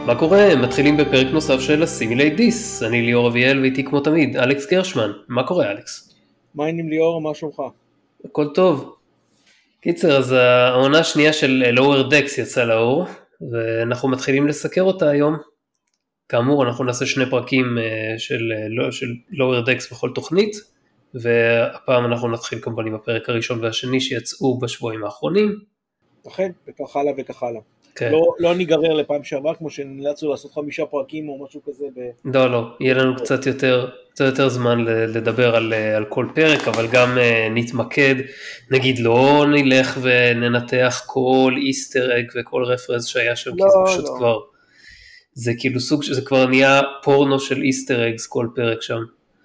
מה קורה? מתחילים בפרק נוסף של הסימילייט דיס. אני ליאור אביאל ואיתי כמו תמיד, אלכס גרשמן. מה קורה, אלכס? מה העניינים ליאור? מה שלומך? הכל טוב. קיצר, אז העונה השנייה של Lower Decks יצאה לאור, ואנחנו מתחילים לסקר אותה היום. כאמור, אנחנו נעשה 2 פרקים של Lower Decks בכל תוכנית, והפעם אנחנו נתחיל כמובן עם הפרק הראשון והשני שיצאו בשבועים האחרונים. אכן, וכך הלאה וכך הלאה. כן. לא ניגרר לפעם שעבר, כמו שנאלצנו לעשות 5 פרקים או משהו כזה. לא, יהיה לנו קצת יותר זמן לדבר על כל פרק, אבל גם נתמקד, נגיד לא נלך וננתח כל איסטר אג וכל רפרנס שהיה שם, כי זה פשוט כבר, זה כאילו סוג, זה כבר נהיה פורנו של איסטר אגס כל פרק שם.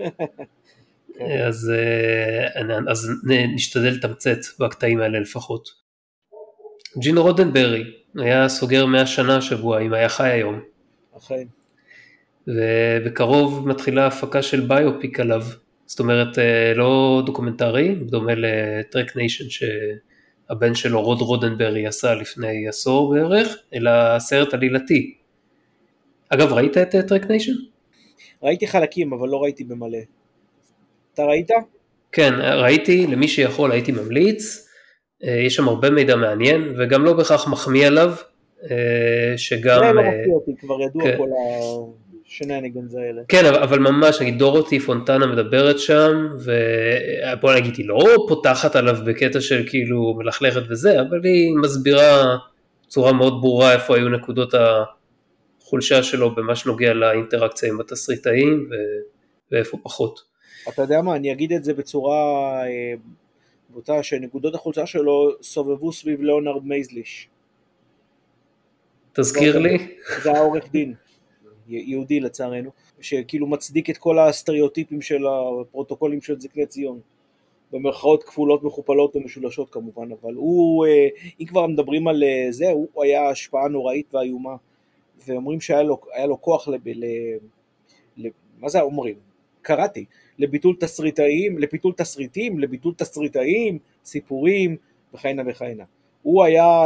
אז נשתדל לתמצת בקטעים האלה לפחות. ג'ין רודנברי היה סוגר 100 שנה השבוע, אם היה חי היום. אכן. ובקרוב מתחילה הפקה של ביופיק עליו, זאת אומרת לא דוקומנטרי, בדומה לטרק ניישן שהבן שלו רוד רודנברי עשה לפני עשור בערך, אלא סרט עלילתי. אגב, ראית את טרק ניישן? ראיתי חלקים, אבל לא ראיתי במלא. אתה ראית? כן, ראיתי, למי שיכול הייתי ממליץ, יש שם הרבה מידע מעניין, וגם לא בכך מחמיא עליו, שגם... זה לא מפתיע אותי, כבר ידוע כל השנניגנס האלה. כן, אבל ממש, נגיד דורותי פונטנה מדברת שם, ובוא נגיד, היא לא פותחת עליו בקטע של כאילו מלכלכת וזה, אבל היא מסבירה בצורה מאוד ברורה איפה היו נקודות החולשה שלו, במה שנוגע לאינטראקציה עם התסריטאים, ואיפה פחות. אתה יודע מה, אני אגיד את זה בצורה בוטה, שנקודות החולשה שלו סובבו סביב ליאונרד מייזליש. תזכיר לי. זה העורך דין, יהודי לצערנו, שכאילו מצדיק את כל הסטריאוטיפים של הפרוטוקולים של זקני ציון, במרכאות כפולות, מכופלות ומשולשות כמובן, אבל הוא, אם כבר מדברים על זה, הוא היה השפעה נוראית ואיומה, ואומרים שהיה לו כוח מה זה אומרים? קראתי, לביטול תסריטאים, סיפורים, וכהנה וכהנה. הוא היה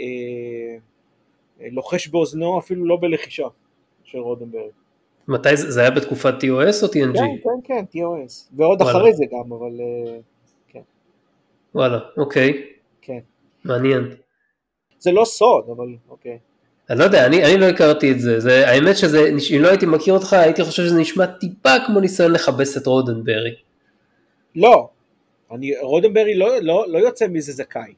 לוחש באוזנו, אפילו לא בלחישה, של רודנברי. מתי זה היה בתקופת TOS או TNG? כן, TOS. ועוד אחרי זה גם, אבל כן. וואלה, אוקיי. כן. מעניין. זה לא סוד, אבל אוקיי. אני לא יודע, אני לא הכרתי את זה. האמת שזה, אם לא הייתי מכיר אותך, הייתי חושב שזה נשמע טיפה כמו ניסיון לחבש את רודנברי. לא. רודנברי לא יוצא מזה זכאי.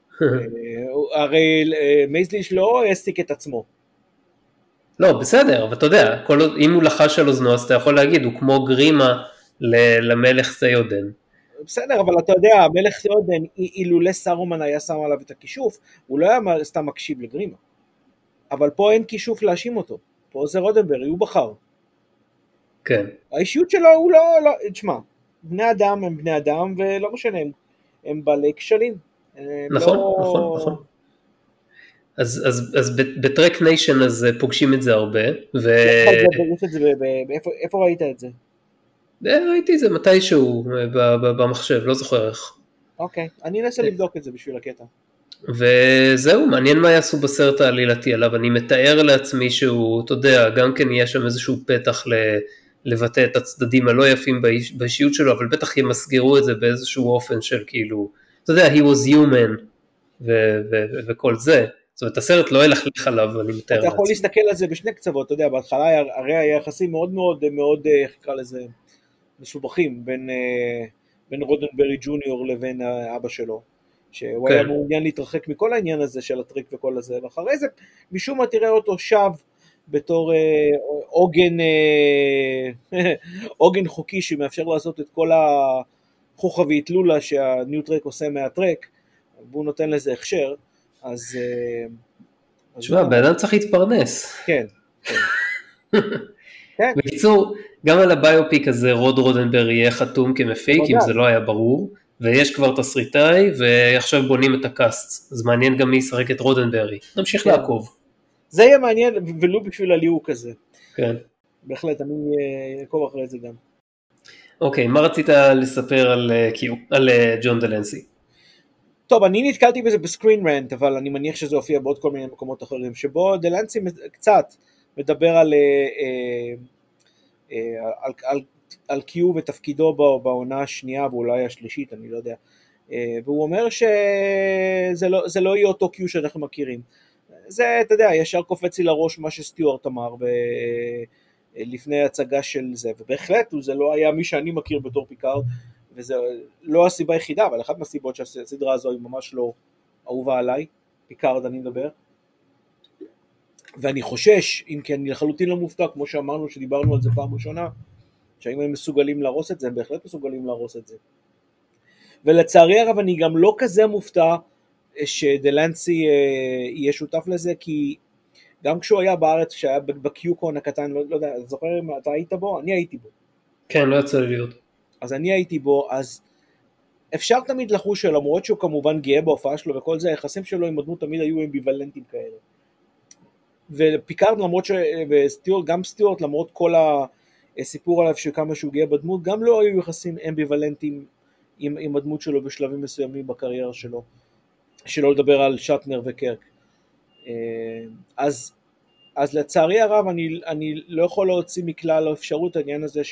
הרי מייזליש לא העסיק את עצמו. לא, בסדר, אבל אתה יודע, אם הוא לחש על אוזנו, אז אתה יכול להגיד, הוא כמו גרימה למלך סיודן. בסדר, אבל אתה יודע, המלך סיודן, אילולא סרומן היה שם עליו את הכישוף, הוא לא היה סתם מקשיב לגרימה. אבל פה אין כישוף להאשים אותו. פה זה רודנברי, הוא בחר. כן. האישיות שלו הוא לא, תשמע, בני אדם הם בני אדם, ולא משנה, הם בעלי כשלים. נכון. אז בטרק ניישן אז פוגשים את זה הרבה. איפה ראית את זה? ראיתי את זה מתישהו במחשב, לא זוכר איך. אוקיי, אני אנסה לבדוק את זה בשביל הקטע. וזהו, מעניין מה יעשו בסרט העלילתי עליו, אני מתאר לעצמי שהוא, אתה יודע, גם כן יהיה שם איזשהו פתח לבטא את הצדדים הלא יפים באישיות שלו, אבל בטח ימסגרו את זה באיזשהו אופן של כאילו, אתה יודע, he was human, וכל זה. זאת אומרת, הסרט לא ילכלך עליו, אני מתאר לעצמי. אתה יכול להסתכל על זה בשני קצוות, אתה יודע, בהתחלה הרי היחסים מאוד מאוד מאוד, איך נקרא לזה, מסובכים, בין רודנברי ג'וניור לבין אבא שלו, שהוא היה מעוניין להתרחק מכל העניין הזה של הטריק וכל הזה, ואחרי זה משום מה תראה אותו שב בתור עוגן חוקי שמאפשר לעשות את כל החוכה והתלולה שהניו טרק עושה מהטרק, והוא נותן לזה הכשר, אז... תשמע, באדם צריך להתפרנס. כן. בקיצור, גם על הביופיק הזה רוד רודנברי יהיה חתום כמפיק, אם זה לא היה ברור, ויש כבר תסריטאי, ועכשיו בונים את הקאסט, אז מעניין גם מי ישחק את רודנברי. נמשיך לעקוב. זה יהיה מעניין, ולא בשביל הליהוק הזה. כן. בהחלט, אני אעקוב אחרי זה גם. אוקיי, מה רצית לספר על ג'ון דלנסי? טוב, אני נתקלתי בזה בסקרין רנט, אבל אני מניח שזה הופיע בעוד כל מיני מקומות אחרים, שבו דלנסי קצת מדבר על Q ותפקידו בעונה השנייה ואולי השלישית, אני לא יודע, והוא אומר שזה לא יהיה אותו Q שאנחנו מכירים. זה, אתה יודע, ישר קופץ לי לראש מה שסטיוארט אמר לפני הצגה של זה, ובהחלט זה לא היה מי שאני מכיר בתור פיקארד, וזה לא הסיבה היחידה, אבל אחת מהסיבות שהסדרה הזו היא ממש לא אהובה עליי, פיקארד אני מדבר, ואני חושש, אם כי אני לחלוטין לא מופתע, כמו שאמרנו שדיברנו על זה פעם ראשונה, שהאם הם מסוגלים להרוס את זה, הם בהחלט מסוגלים להרוס את זה. ולצערי הרב אני גם לא כזה מופתע שדלנסי יהיה שותף לזה, כי גם כשהוא היה בארץ, כשהיה בקיוקון הקטן, לא יודע, זוכר אם אתה היית בו? אני הייתי בו. כן, לא יצא לי להיות. אז אני הייתי בו, אז אפשר תמיד לחוש שלמרות שהוא כמובן גאה בהופעה שלו וכל זה, היחסים שלו עם הדמות תמיד היו אמביוולנטיים כאלה. ופיקארד למרות גם סטיוארט למרות כל הסיפור עליו שכמה שהוא גאה בדמות, גם לא היו יחסים אמביוולנטיים עם הדמות שלו בשלבים מסוימים בקריירה שלו, שלא לדבר על שטנר וקרק. אז לצערי הרב אני לא יכול להוציא מכלל האפשרות העניין הזה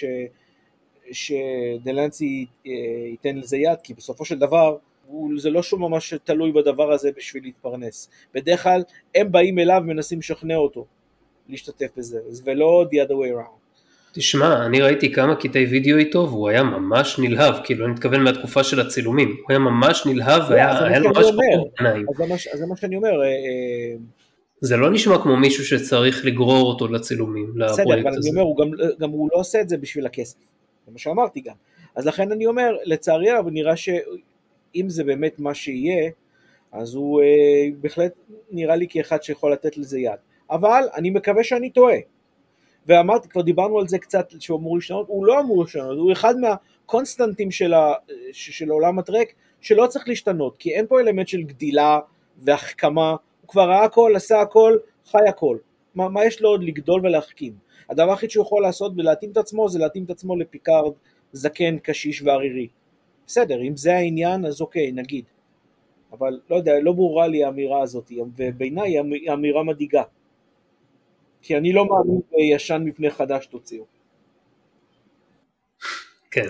שדלנסי ייתן לזה יד, כי בסופו של דבר זה לא שהוא ממש תלוי בדבר הזה בשביל להתפרנס. בדרך כלל הם באים אליו מנסים לשכנע אותו להשתתף בזה, ולא the other way around. תשמע, אני ראיתי כמה קטעי וידאו איתו, והוא היה ממש נלהב, כאילו אני מתכוון מהתקופה של הצילומים, הוא היה ממש נלהב, והיה לו ממש פחות עיניים. אז זה מה שאני אומר. זה לא נשמע כמו מישהו שצריך לגרור אותו לצילומים, לפרויקט הזה. בסדר, אבל אני אומר, גם הוא לא עושה את זה בשביל הכסף, זה מה שאמרתי גם. אז לכן אני אומר, לצערי הרב, נראה שאם זה באמת מה שיהיה, אז הוא בהחלט נראה לי כאחד שיכול לתת לזה יד. אבל אני מקווה שאני טועה. ואמרתי, כבר דיברנו על זה קצת, שהוא אמור לשנות, הוא לא אמור לשנות, הוא אחד מהקונסטנטים של עולם הטרק, שלא צריך להשתנות, כי אין פה אלמנט של גדילה והחכמה, הוא כבר ראה הכל, עשה הכל, חי הכל. מה יש לו עוד לגדול ולהחכים? הדבר הכי שהוא יכול לעשות ולהתאים את עצמו, זה להתאים את עצמו לפיקארד, זקן, קשיש וערירי. בסדר, אם זה העניין, אז אוקיי, נגיד. אבל לא יודע, לא ברורה לי האמירה הזאת, ובעיניי היא אמירה מדאיגה. כי אני לא מאמין בישן מפני חדש תוציאו. כן.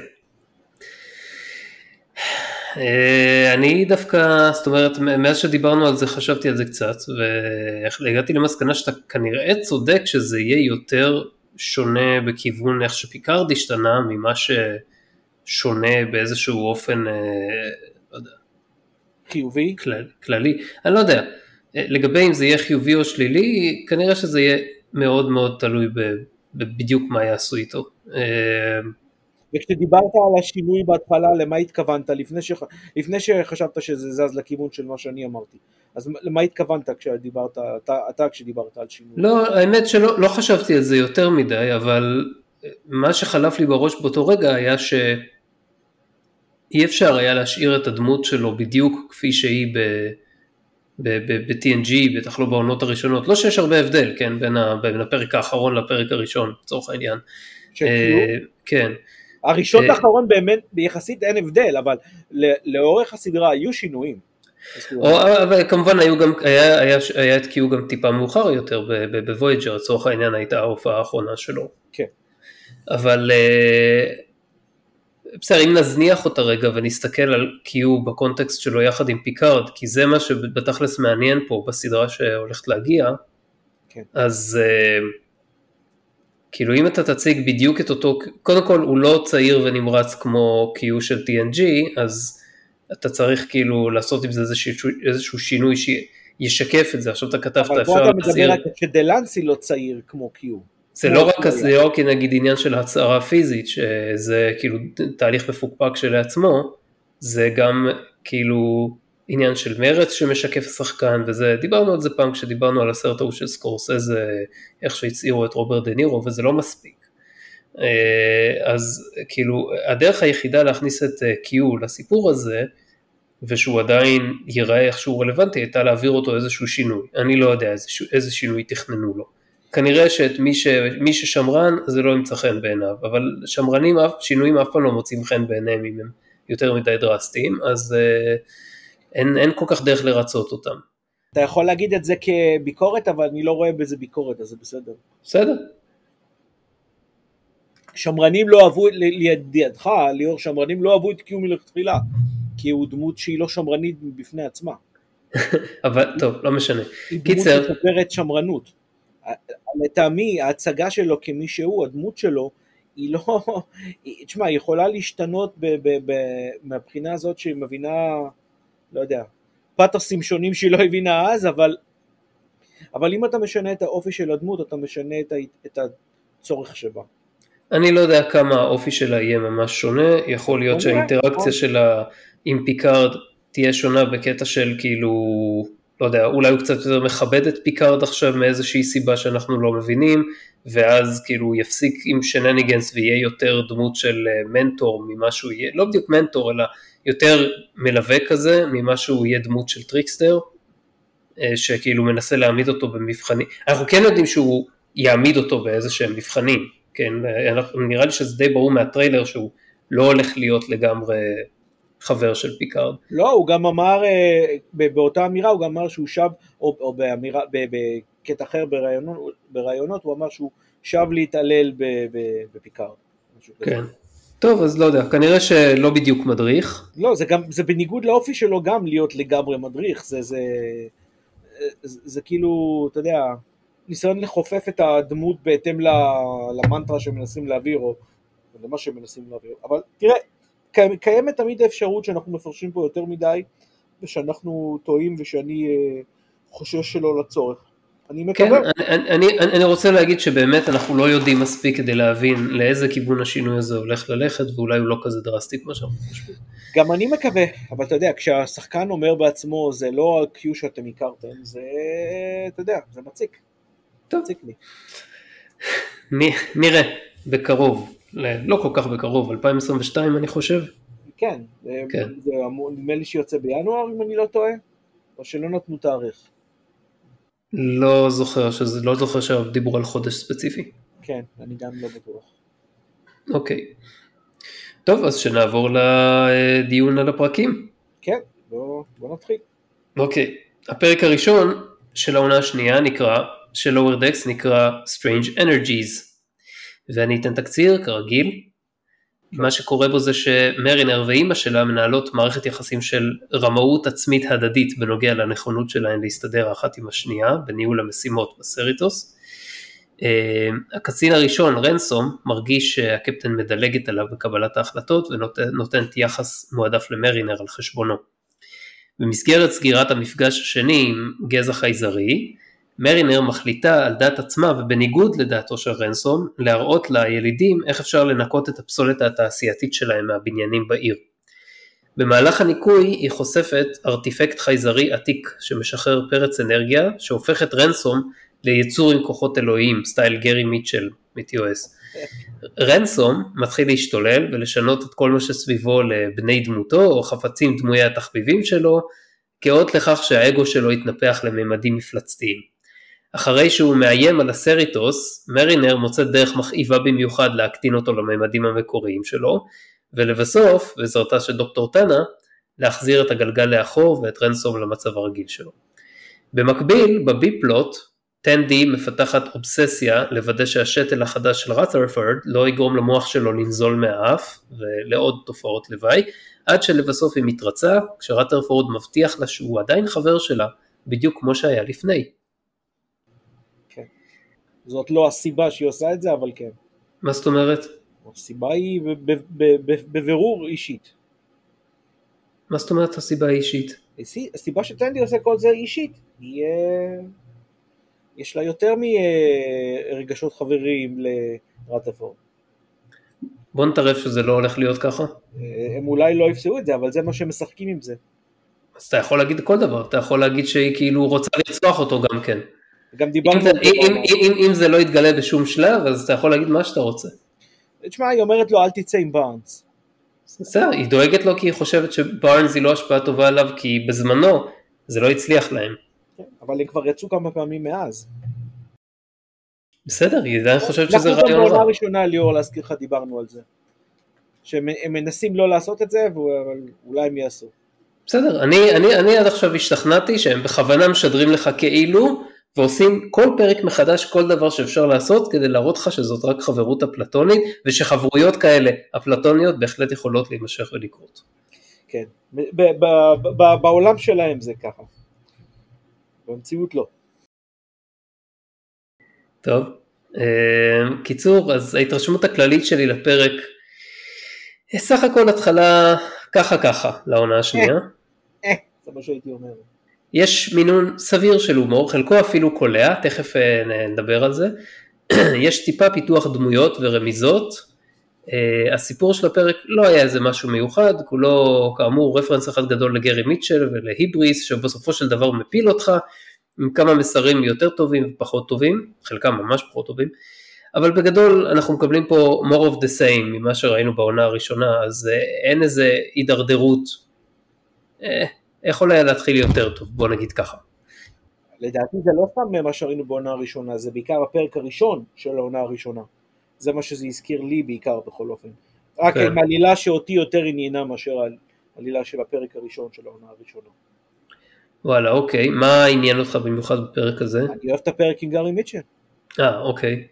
אני דווקא, זאת אומרת, מאז שדיברנו על זה חשבתי על זה קצת, והגעתי למסקנה שאתה כנראה צודק שזה יהיה יותר שונה בכיוון איך שפיקארד השתנה, ממה ששונה באיזשהו אופן, לא יודע. חיובי? כללי. אני לא יודע. לגבי אם זה יהיה חיובי או שלילי, כנראה שזה יהיה מאוד מאוד תלוי בדיוק מה יעשו איתו. וכשדיברת על השינוי בהתחלה, למה התכוונת? לפני שחשבת שזה זז לכיוון של מה שאני אמרתי. אז למה התכוונת כשדיברת על שינוי? לא, האמת שלא חשבתי על זה יותר מדי, אבל מה שחלף לי בראש באותו רגע היה שאי אפשר היה להשאיר את הדמות שלו בדיוק כפי שהיא ב-TNG, בטח לא בעונות הראשונות, לא שיש הרבה הבדל, כן, בין הפרק האחרון לפרק הראשון, לצורך העניין. כן. הראשון האחרון באמת, ביחסית אין הבדל, אבל לאורך הסדרה היו שינויים. אבל כמובן היה את קיו גם טיפה מאוחר יותר, בוויג'ר, לצורך העניין הייתה ההופעה האחרונה שלו. כן. אבל בסדר, אם נזניח אותה רגע ונסתכל על קיו בקונטקסט שלו יחד עם פיקארד, כי זה מה שבתכלס מעניין פה בסדרה שהולכת להגיע, כן. אז כאילו אם אתה תציג בדיוק את אותו, קודם כל הוא לא צעיר ונמרץ כמו קיו של TNG, אז אתה צריך כאילו לעשות עם זה איזשהו שינוי שישקף את זה, עכשיו אתה כתבת אבל פה אתה מדבר רק שדלנסי לא צעיר כמו קיו. זה לא רק נגיד עניין של הצהרה פיזית, שזה כאילו תהליך מפוקפק שלעצמו, זה גם כאילו עניין של מרץ שמשקף השחקן, וזה, דיברנו על זה פעם כשדיברנו על הסרט ההוא של סקורסזה, איך שהצעירו את רוברט דה נירו, וזה לא מספיק. אז כאילו הדרך היחידה להכניס את קיו לסיפור הזה, ושהוא עדיין ייראה איכשהו רלוונטי, הייתה להעביר אותו איזשהו שינוי. אני לא יודע איזה שינוי תכננו לו. כנראה שאת מי ששמרן זה לא ימצא חן בעיניו, אבל שמרנים שינויים אף פעם לא מוצאים חן בעיניהם אם הם יותר מדי דרסטיים, אז אין כל כך דרך לרצות אותם. אתה יכול להגיד את זה כביקורת, אבל אני לא רואה בזה ביקורת, אז זה בסדר. בסדר. שמרנים לא אהבו, לידיעתך, ליאור, שמרנים לא אהבו את קיומי מלכתחילה, כי הוא דמות שהיא לא שמרנית בפני עצמה. אבל טוב, לא משנה. היא דמות שסופרת שמרנות. לטעמי, ההצגה שלו כמי שהוא, הדמות שלו, היא לא, תשמע, היא יכולה להשתנות מהבחינה הזאת שהיא מבינה, לא יודע, פטרסים שונים שהיא לא הבינה אז, אבל אם אתה משנה את האופי של הדמות, אתה משנה את הצורך שבה. אני לא יודע כמה האופי שלה יהיה ממש שונה, יכול להיות שהאינטראקציה שלה עם פיקארד תהיה שונה בקטע של כאילו, לא יודע, אולי הוא קצת יותר מכבד את פיקארד עכשיו מאיזושהי סיבה שאנחנו לא מבינים, ואז כאילו הוא יפסיק עם שנניגנס ויהיה יותר דמות של מנטור ממה שהוא יהיה, לא בדיוק מנטור אלא יותר מלווה כזה ממה שהוא יהיה דמות של טריקסטר, שכאילו מנסה להעמיד אותו במבחנים, אנחנו כן יודעים שהוא יעמיד אותו באיזה שהם מבחנים, כן, נראה לי שזה די ברור מהטריילר שהוא לא הולך להיות לגמרי חבר של פיקארד. לא, הוא גם אמר, באותה אמירה הוא גם אמר שהוא שב, או בקטע אחר ברעיונות, הוא אמר שהוא שב להתעלל בפיקארד. כן. טוב, אז לא יודע, כנראה שלא בדיוק מדריך. לא, זה בניגוד לאופי שלו גם להיות לגמרי מדריך, זה כאילו, אתה יודע, ניסיון לחופף את הדמות בהתאם למנטרה שמנסים להעביר, או למה שמנסים להעביר. אבל תראה, קיימת תמיד האפשרות שאנחנו מפרשים פה יותר מדי, ושאנחנו טועים ושאני חושש שלא לצורך. אני מקווה. כן, אני רוצה להגיד שבאמת אנחנו לא יודעים מספיק כדי להבין לאיזה כיוון השינוי הזה הולך ללכת, ואולי הוא לא כזה דרסטי כמו שאנחנו חושבים. גם אני מקווה, אבל אתה יודע, כשהשחקן אומר בעצמו, זה לא ה-Q שאתם הכרתם, זה, אתה יודע, זה מציק. טוב. מציק לי. נראה, בקרוב, לא כל כך בקרוב, 2022 אני חושב. כן, זה נדמה לי שיוצא בינואר אם אני לא טועה, או שלא נתנו תאריך. לא זוכר שדיבור על חודש ספציפי. כן, אני גם לא בטוח. אוקיי. טוב, אז שנעבור לדיון על הפרקים. כן, בוא נתחיל. אוקיי, הפרק הראשון של העונה השנייה של Lower Decks נקרא Strange Energies, ואני אתן תקציר כרגיל. מה שקורה בו זה שמרינר ואימא שלה מנהלות מערכת יחסים של רמאות עצמית הדדית בנוגע לנכונות שלהן להסתדר אחת עם השנייה בניהול המשימות בסריטוס. הקצין הראשון, רנסום, מרגיש שהקפטן מדלגת עליו בקבלת ההחלטות ונותנת יחס מועדף למרינר על חשבונו. במסגרת סגירת המפגש השני עם גזע חייזרי, מרינר מחליטה על דעת עצמה ובניגוד לדעתו של רנסום להראות לילידים איך אפשר לנקות את הפסולת התעשייתית שלהם מהבניינים בעיר. במהלך הניקוי היא חושפת ארטיפקט חייזרי עתיק שמשחרר פרץ אנרגיה שהופך את רנסום ליצור עם כוחות אלוהים, סטייל גרי מיטשל מ-TOS. רנסום מתחיל להשתולל ולשנות את כל מה שסביבו לבני דמותו או חפצים דמויי התחביבים שלו, כאות לכך שהאגו שלו יתנפח לממדים מפלצתיים. אחרי שהוא מאיים על הסריטוס, מרינר מוצא דרך מכאיבה במיוחד להקטין אותו לממדים המקוריים שלו, ולבסוף, בעזרתה של דוקטור טאנה, להחזיר את הגלגל לאחור ואת רנסום למצב הרגיל שלו. במקביל, בבי-פלוט, טנדי מפתחת אובססיה לוודא שהשתל החדש של רת'רפורד לא יגרום למוח שלו לנזול מהאף ולעוד תופעות לוואי, עד שלבסוף היא מתרצה, כשרת'רפורד מבטיח לה שהוא עדיין חבר שלה, בדיוק כמו שהיה לפני. כן. זאת לא הסיבה שהיא עושה את זה, אבל כן. מה זאת אומרת? הסיבה היא בבירור אישית. מה זאת אומרת הסיבה האישית? הסיבה שטנדי עושה כל זה אישית, יש לה יותר מרגשות חברים לרת'רפורד. בוא נטרף שזה לא הולך להיות ככה. הם אולי לא יפסעו את זה, אבל זה מה שהם משחקים עם זה. אז אתה יכול להגיד כל דבר, אתה יכול להגיד שהיא כאילו רוצה לרצוח אותו גם כן. גם דיברנו... אם זה לא יתגלה בשום שלב, אז אתה יכול להגיד מה שאתה רוצה. תשמע, היא אומרת לו, אל תצא עם בארנס. בסדר, היא דואגת לו כי היא חושבת שבארנס היא לא השפעה טובה עליו, כי בזמנו זה לא הצליח להם. אבל הם כבר יצאו כמה פעמים מאז. בסדר, היא עדיין חושבת שזה רעיון רע. אנחנו בעונה הראשונה, ליאור, להזכיר לך, דיברנו על זה. שהם מנסים לא לעשות את זה, אבל אולי הם יעשו. בסדר, אני עד עכשיו השתכנעתי שהם בכוונה משדרים לך כאילו, ועושים כל פרק מחדש כל דבר שאפשר לעשות, כדי להראות לך שזאת רק חברות אפלטונית, ושחברויות כאלה, אפלטוניות, בהחלט יכולות להימשך ולקרות. כן, בעולם שלהם זה ככה, במציאות לא. טוב, קיצור, אז ההתרשמות הכללית שלי לפרק, סך הכל התחלה ככה לעונה השנייה. זה מה שהייתי אומר. יש מינון סביר של הומור, חלקו אפילו קולע, תכף נדבר על זה. יש טיפה פיתוח דמויות ורמיזות. הסיפור של הפרק לא היה איזה משהו מיוחד, כולו כאמור רפרנס אחד גדול לגרי מיטשל ולהיבריס, שבסופו של דבר מפיל אותך, עם כמה מסרים יותר טובים ופחות טובים, חלקם ממש פחות טובים, אבל בגדול אנחנו מקבלים פה more of the same ממה שראינו בעונה הראשונה, אז אין איזה הידרדרות, יכול היה להתחיל יותר טוב, בוא נגיד ככה. לדעתי זה לא סתם מה שראינו בעונה הראשונה, זה בעיקר הפרק הראשון של העונה הראשונה, זה מה שזה הזכיר לי בעיקר בכל אופן, רק עם עלילה שאותי יותר עניינה מאשר העלילה של הפרק הראשון של העונה הראשונה. וואלה, אוקיי, מה עניין אותך במיוחד בפרק הזה? אני אוהב את הפרק עם גארי מיטשל. אוקיי.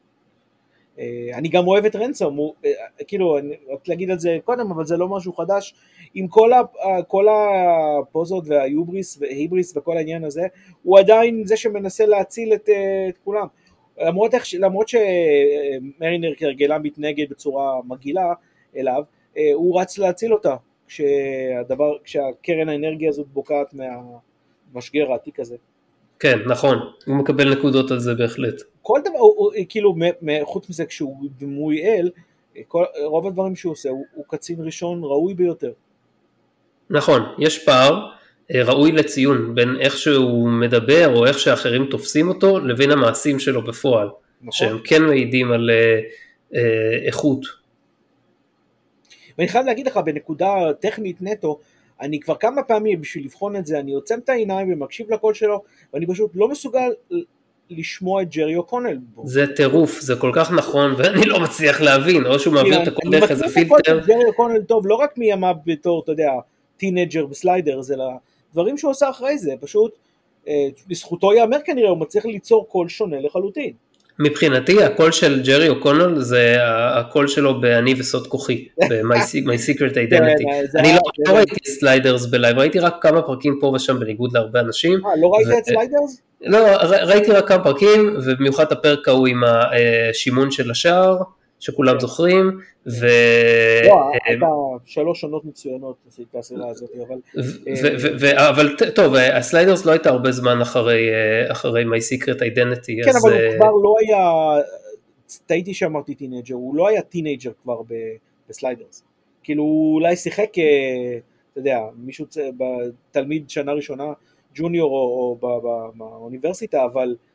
אני גם אוהב את רנסום, כאילו, אני רוצה להגיד על זה קודם, אבל זה לא משהו חדש, עם כל הפוזות וההיבריס וכל העניין הזה, הוא עדיין זה שמנסה להציל את כולם, למרות שמרינר כרגלה מתנגד בצורה מגעילה אליו, הוא רץ להציל אותה, כשהקרן האנרגיה הזאת בוקעת מהמשגר העתיק הזה. כן, נכון, הוא מקבל נקודות על זה בהחלט. כל דבר, כאילו, חוץ מזה, כשהוא דמוי אל, רוב הדברים שהוא עושה, הוא קצין ראשון ראוי ביותר. נכון, יש פער ראוי לציון, בין איך שהוא מדבר, או איך שאחרים תופסים אותו, לבין המעשים שלו בפועל, נכון. שהם כן מעידים על איכות. ואני חייב להגיד לך, בנקודה טכנית נטו, אני כבר כמה פעמים בשביל לבחון את זה, אני עוצם את העיניים ומקשיב לקול שלו, ואני פשוט לא מסוגל לשמוע את ג'רי אוקונל בו. זה טירוף, זה כל כך נכון, ואני לא מצליח להבין, או שהוא מעביר את הכל דרך איזה פילטר. אני מצליח את ג'רי אוקונל טוב, לא רק מימיו בתור, אתה יודע, טינג'ר בסליידרס, אלא דברים שהוא עושה אחרי זה, פשוט, בזכותו יאמר כנראה, הוא מצליח ליצור קול שונה לחלוטין. מבחינתי, הקול של ג'רי אוקונל זה הקול שלו ב"אני וסוד כוחי", ב-My Secret Identity. אני לא ראיתי סליידרס בלייב, ראיתי רק כמה פרקים פה ושם בניגוד להרבה אנשים. לא ראית את סליידרס? לא, ראיתי רק כמה פרקים, ובמיוחד הפרק ההוא עם השימון של השער, שכולם זוכרים, לא, הייתה 3 עונות מצוינות, את הסדרה הזאת, אבל טוב, הסליידרס לא הייתה הרבה זמן אחרי My Secret Identity. כן, אבל הוא כבר לא היה, טעיתי שאמרתי טינג'ר, הוא לא היה טינג'ר כבר בסליידרס, כאילו הוא אולי שיחק, אתה יודע, מישהו תלמיד שנה ראשונה, ג'וניור או באוניברסיטה,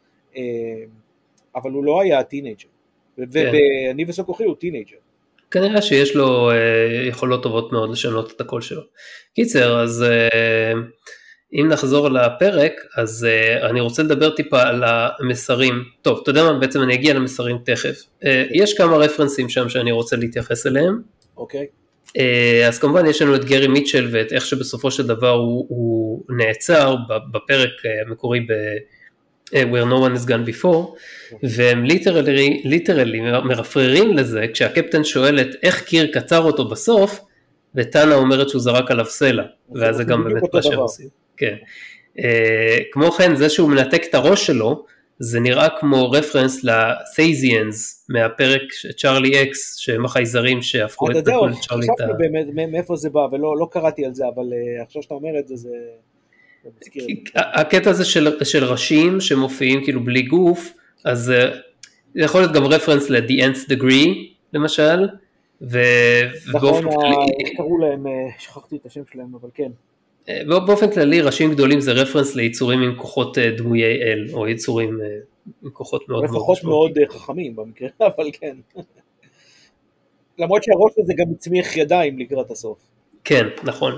אבל הוא לא היה טינג'ר, ואני וסוד כוחי הוא טינג'ר. כנראה שיש לו יכולות טובות מאוד לשנות את הקול שלו. קיצר, אז אם נחזור לפרק, אז אני רוצה לדבר טיפה על המסרים. טוב, אתה יודע מה, בעצם אני אגיע למסרים תכף. יש כמה רפרנסים שם שאני רוצה להתייחס אליהם. אוקיי. אז כמובן יש לנו את גרי מיטשל ואת איך שבסופו של דבר הוא נעצר בפרק המקורי Where no one has gone before, והם ליטרלי מרפררים לזה, כשהקפטן שואלת איך קיר קצר אותו בסוף, וטאנה אומרת שהוא זרק עליו סלע, ואז זה גם באמת מה שהם עושים. כן. כמו כן, זה שהוא מנתק את הראש שלו, זה נראה כמו רפרנס לת'ייזיאנס, מהפרק צ'ארלי אקס, שהם החייזרים שהפכו את צ'ארלי. חשבתי באמת מאיפה זה בא, ולא קראתי על זה, אבל עכשיו שאתה אומר את זה, זה... הקטע הזה של ראשים שמופיעים כאילו בלי גוף, אז זה יכול להיות גם רפרנס ל-The Nth Degree למשל, נכון, קראו להם, שכחתי את השם שלהם, אבל כן. באופן כללי ראשים גדולים זה רפרנס ליצורים עם כוחות דמויי אל, או יצורים עם כוחות מאוד מאוד לפחות מאוד חכמים במקרה, אבל כן. למרות שהראש הזה גם מצמיח ידיים לקראת הסוף. כן, נכון.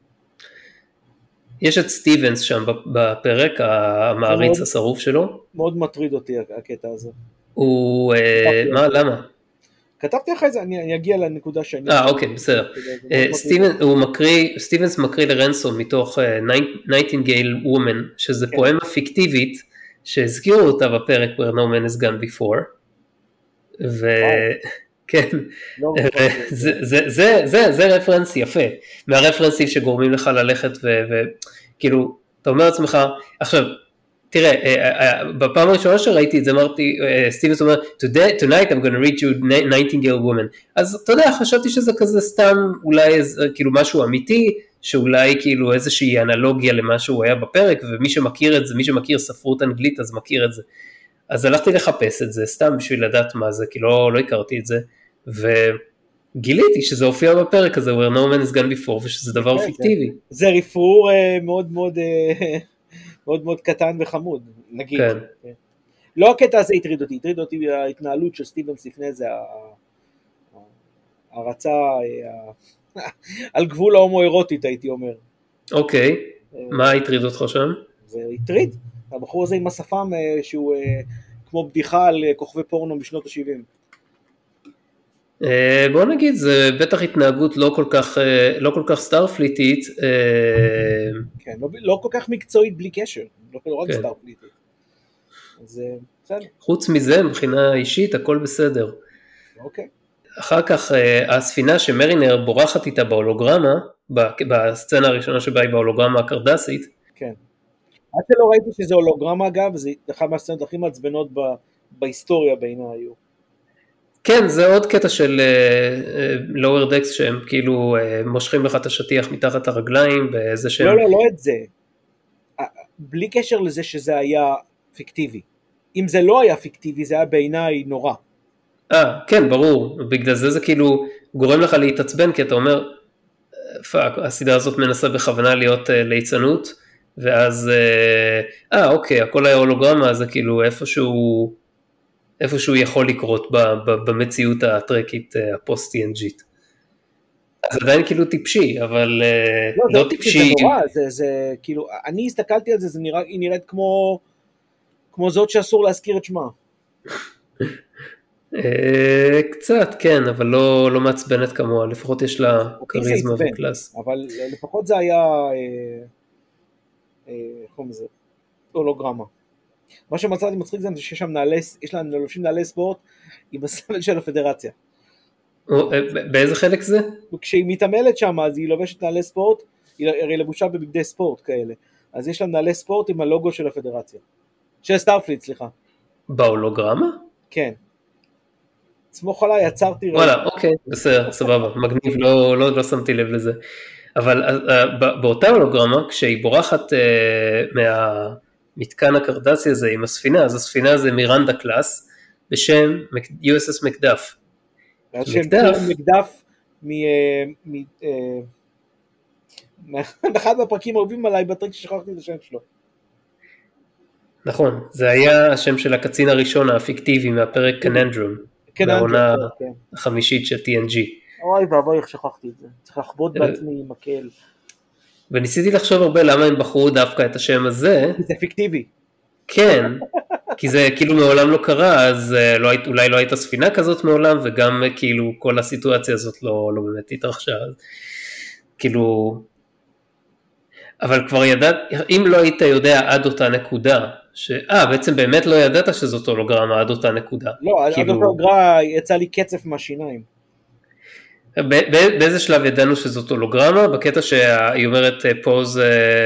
יש את סטיבנס שם בפרק, המעריץ השרוף שלו. מאוד מטריד אותי הקטע הזה. הוא, מה, למה? כתבתי אחרי זה, אני אגיע לנקודה שאני... אוקיי, בסדר. סטיבנס מקריא לרנסון מתוך Nightingale Woman, שזה פואמה פיקטיבית, שהזכירו אותה בפרק Where No Man Has Gone Before, וכן, זה רפרנס יפה, מהרפרנסים שגורמים לך ללכת וכאילו, אתה אומר לעצמך, עכשיו, תראה, בפעם הראשונה שראיתי את זה, אמרתי, סטיבנס אומר, tonight I'm going to read you Nightingale Woman, אז אתה יודע, חשבתי שזה כזה סתם, אולי כאילו משהו אמיתי, שאולי כאילו איזושהי אנלוגיה למה שהוא היה בפרק, ומי שמכיר את זה, מי שמכיר ספרות אנגלית, אז מכיר את זה. אז הלכתי לחפש את זה, סתם בשביל לדעת מה זה, כי לא הכרתי את זה, וגיליתי שזה הופיע בפרק הזה, where no man has gone before, ושזה דבר פיקטיבי. זה רפרור מאוד מאוד... מאוד מאוד קטן וחמוד, נגיד. כן. לא הקטע הזה הטריד אותי ההתנהלות של סטיבנס לפני זה, הרצה על גבול ההומואירוטית, הייתי אומר. אוקיי, מה הטריד אותך שם? זה הטריד, הבחור הזה עם השפם שהוא כמו בדיחה על כוכבי פורנו בשנות ה-70. בוא נגיד, זה בטח התנהגות לא כל כך סטארפליטית. כן, לא כל כך מקצועית בלי קשר, לא רק סטארפליטית. אז בסדר. חוץ מזה, מבחינה אישית, הכל בסדר. אוקיי. אחר כך, הספינה שמרינר בורחת איתה בהולוגרמה, בסצנה הראשונה שבה היא בהולוגרמה הקרדסית. כן. עד שלא ראיתי שזה הולוגרמה אגב, זה אחד מהסצנות הכי מעצבנות בהיסטוריה בעיניי היו. כן, זה עוד קטע של lower decks שהם כאילו מושכים לך את השטיח מתחת הרגליים באיזה שהם... לא את זה. בלי קשר לזה שזה היה פיקטיבי. אם זה לא היה פיקטיבי, זה היה בעיניי נורא. כן, ברור. בגלל זה כאילו גורם לך להתעצבן, כי אתה אומר, פאק, הסדרה הזאת מנסה בכוונה להיות ליצנות, ואז, אוקיי, הכל היה הולוגרמה, זה כאילו איפשהו יכול לקרות במציאות הטרקית הפוסט-TNG'ית. אז עדיין כאילו טיפשי, אבל לא טיפשי. זה נורא, זה כאילו, אני הסתכלתי על זה, היא נראית כמו זאת שאסור להזכיר את שמה. קצת, כן, אבל לא מעצבנת כמוה, לפחות יש לה קריזמה וקלאס. אבל לפחות זה היה, איך קוראים לזה? הולוגרמה. מה שמצאתי מצחיק זה שיש שם יש להם לובשים נעלי ספורט עם הסמל של הפדרציה. באיזה חלק זה? כשהיא מתעמלת שם, אז היא לובשת נעלי ספורט, היא הרי לבושה בבגדי ספורט כאלה, אז יש להם נעלי ספורט עם הלוגו של הפדרציה. של סטארפליט, סליחה. בהולוגרמה? כן. סמוך עליי, עצרתי... וואלה, אוקיי, בסדר, סבבה, מגניב, לא שמתי לב לזה. אבל באותה הולוגרמה, כשהיא בורחת מתקן הקרדסי הזה עם הספינה, אז הספינה זה מירנדה קלאס, בשם USS מקדף. מקדף מאחד מהפרקים אהובים עליי בטריק ששכחתי את השם שלו. נכון, זה היה השם של הקצין הראשון האפיקטיבי מהפרק קננדרום, בעונה החמישית של TNG. אוי ואבוי איך שכחתי את זה, צריך לחבוט בעצמי עם מקל. וניסיתי לחשוב הרבה למה הם בחרו דווקא את השם הזה. זה פיקטיבי. כן, כי זה כאילו מעולם לא קרה, אז אולי לא הייתה ספינה כזאת מעולם, וגם כאילו כל הסיטואציה הזאת לא באמת התרחשה. כאילו, אבל כבר ידעת, אם לא היית יודע עד אותה נקודה, בעצם באמת לא ידעת שזאת הולוגרמה עד אותה נקודה. לא, עד אותה הולוגרמה יצא לי קצף מהשיניים. באיזה שלב ידענו שזאת הולוגרמה? בקטע שהיא אומרת פוז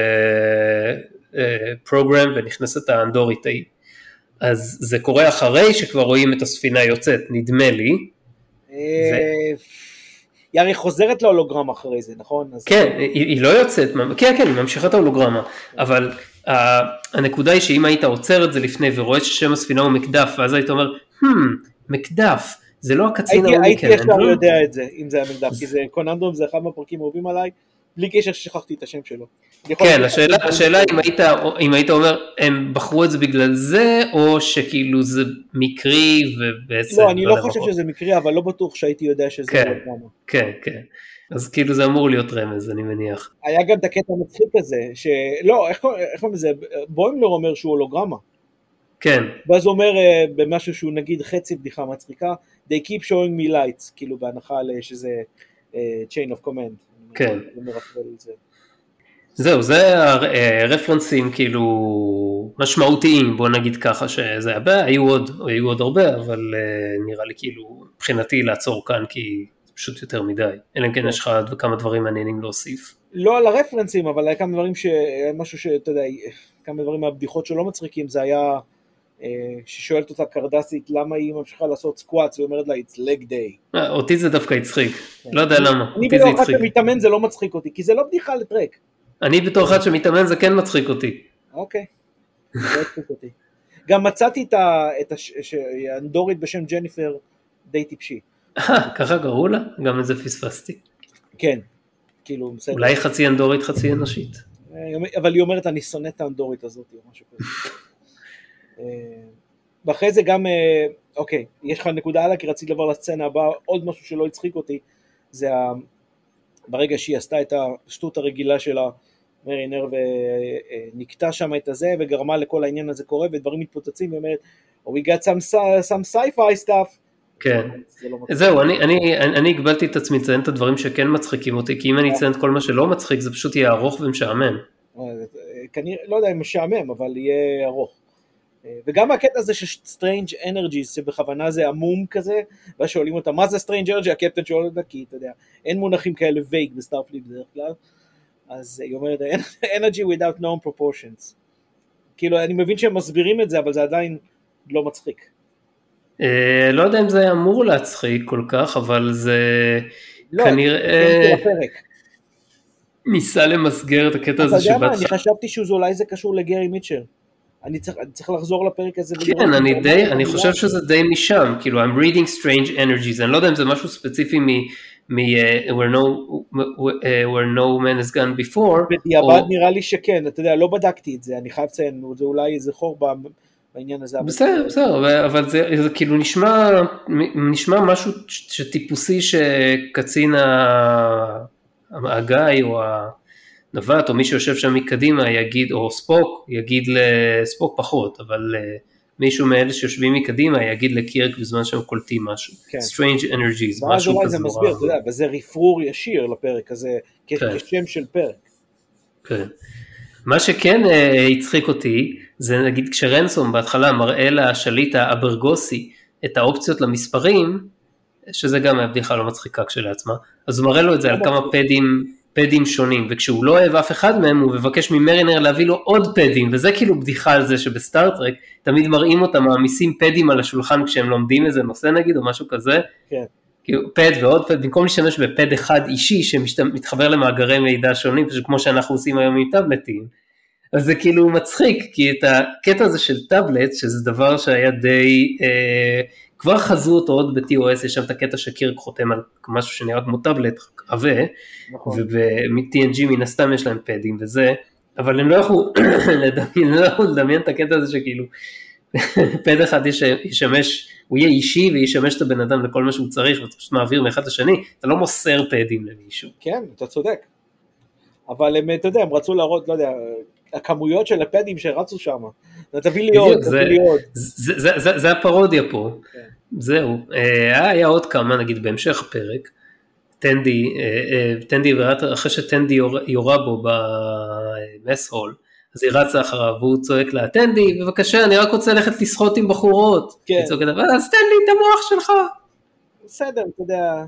פרוגרם ונכנסת האנדורית ההיא. אז זה קורה אחרי שכבר רואים את הספינה יוצאת, נדמה לי. יארי חוזרת להולוגרמה אחרי זה, נכון? כן, היא לא יוצאת, כן, היא ממשיכה את ההולוגרמה, אבל הנקודה היא שאם היית עוצר את זה לפני ורואה ששם הספינה הוא מקדף, ואז היית אומר, מקדף, זה לא הקצין ההוא הייתי ישר יודע את זה, אם זה היה מקדף, כי זה קוננדרום, זה אחד מהפרקים אהובים עליי, בלי קשר ששכחתי את השם שלו. כן, השאלה אם היית אומר, הם בחרו את זה בגלל זה, או שכאילו זה מקרי ובעצם... לא, אני לא חושב שזה מקרי, אבל לא בטוח שהייתי יודע שזה הולוגרמה. כן, כן. אז כאילו זה אמור להיות רמז, אני מניח. היה גם את הקטע המצחיק הזה, שלא, איך קוראים לזה? בוימלר אומר שהוא הולוגרמה. כן. ואז הוא אומר במשהו שהוא נגיד חצי בדיחה מצחיקה, they keep showing me lights, כאילו בהנחה שזה chain of command. כן. זה מרפבל את זה. זהו, זה הרפרנסים כאילו משמעותיים, בוא נגיד ככה שזה הבא, היו עוד הרבה, אבל נראה לי כאילו מבחינתי לעצור כאן, כי זה פשוט יותר מדי, אלא אם כן יש לך כמה דברים מעניינים להוסיף. לא על הרפרנסים, אבל היה כמה דברים משהו שאתה יודע, כמה דברים מהבדיחות שלא מצחיקים, זה היה ששואלת אותה קרדסית למה היא ממשיכה לעשות סקואטס, היא אומרת לה it's leg day. אותי זה דווקא הצחיק, לא יודע למה, אני אותי זה בתור אחד הצחיק. שמתאמן זה לא מצחיק אותי, כי זה לא בדיחה לטרק. אני בתור אחד שמתאמן זה כן מצחיק אותי. אוקיי, זה מצחיק אותי. גם מצאתי את האנדורית בשם ג'ניפר די טיפשי. ככה קראו לה? גם את זה פספסתי. כן, כאילו בסדר. אולי חצי אנדורית חצי אנושית. אבל היא אומרת אני שונא את האנדורית הזאת או משהו כזה. ואחרי זה גם, אוקיי, יש לך נקודה עלה כי רציתי לעבור לסצנה הבאה, עוד משהו שלא הצחיק אותי, זה ברגע שהיא עשתה את השטות הרגילה שלה, מרינר ונקטע שם את הזה וגרמה לכל העניין הזה קורה ודברים מתפוצצים ואומרת, oh, we got some sci-fi stuff. כן, זהו, אני הגבלתי את עצמי לציין את הדברים שכן מצחיקים אותי, כי אם אני אציין את כל מה שלא מצחיק, זה פשוט יהיה ארוך ומשעמם. לא יודע אם משעמם, אבל יהיה ארוך. וגם הקטע הזה של Strange Energies, שבכוונה זה עמום כזה, ואז שואלים אותה, מה זה Strange Energy? הקפטן שואל אותה, כי אתה יודע, אין מונחים כאלה וייג בסטארפליט בדרך כלל, אז היא אומרת, Energy without known proportions. כאילו, אני מבין שהם מסבירים את זה, אבל זה עדיין לא מצחיק. לא יודע אם זה אמור להצחיק כל כך, אבל זה כנראה ניסה למסגר את הקטע הזה שבא. אני חשבתי שאולי זה קשור לגרי מיטשל. אני צריך לחזור לפרק הזה. כן, אני חושב שזה די משם, כאילו, I'm reading strange energies, אני לא יודע אם זה משהו ספציפי where no man has gone before. בדיעבד נראה לי שכן, אתה יודע, לא בדקתי את זה, אני חייב לציין, זה אולי איזה חור בעניין הזה. בסדר, אבל זה כאילו נשמע משהו שטיפוסי שקצין הגיא או הנווט או מי שיושב שם מקדימה יגיד, או ספוק יגיד לספוק פחות, אבל מישהו מאלה שיושבים מקדימה יגיד לקירק בזמן שהם קולטים משהו. Strange energies, משהו כזה. זה מסביר, אתה יודע, וזה רפרור ישיר לפרק הזה, כשם של פרק. כן. מה שכן הצחיק אותי, זה נגיד כשרנסום בהתחלה מראה לשליט האברגוסי את האופציות למספרים, שזה גם הבדיחה לא מצחיקה כשלעצמה, אז הוא מראה לו את זה על כמה פדים שונים, וכשהוא לא אוהב אף אחד מהם, הוא מבקש ממרינר להביא לו עוד פדים, וזה כאילו בדיחה על זה שבסטארטרק, תמיד מראים אותם, מעמיסים פדים על השולחן כשהם לומדים איזה נושא נגיד, או משהו כזה, כן. כאילו פד ועוד פד, במקום להשתמש בפד אחד אישי, שמתחבר למאגרי מידע שונים, כמו שאנחנו עושים היום עם טאבלטים, אז זה כאילו מצחיק, כי את הקטע הזה של טאבלט, שזה דבר שהיה די, כבר חזו אותו עוד ב-TOS, יש שם את הקטע שקירק חותם על משהו שנראה כמו טאבלט עווה, וב-TNG מן הסתם יש להם פדים וזה, אבל הם לא יכולו לדמיין את הקטע הזה שכאילו, פד אחד ישמש, הוא יהיה אישי וישמש את הבן אדם לכל מה שהוא צריך, ואתה פשוט מעביר מאחד לשני, אתה לא מוסר פדים למישהו. כן, אתה צודק. אבל הם, אתה יודע, הם רצו להראות, לא יודע, הכמויות של הפדים שרצו שם. תביא לי עוד, תביא לי עוד. זה הפרודיה פה. זהו. היה עוד כמה, נגיד, בהמשך הפרק, טנדי, אחרי שטנדי יורה בו במס הול, אז היא רצה אחריו, והוא צועק לה, טנדי, בבקשה, אני רק רוצה ללכת לשחות עם בחורות. כן. אז תן לי את המוח שלך. בסדר, אתה יודע.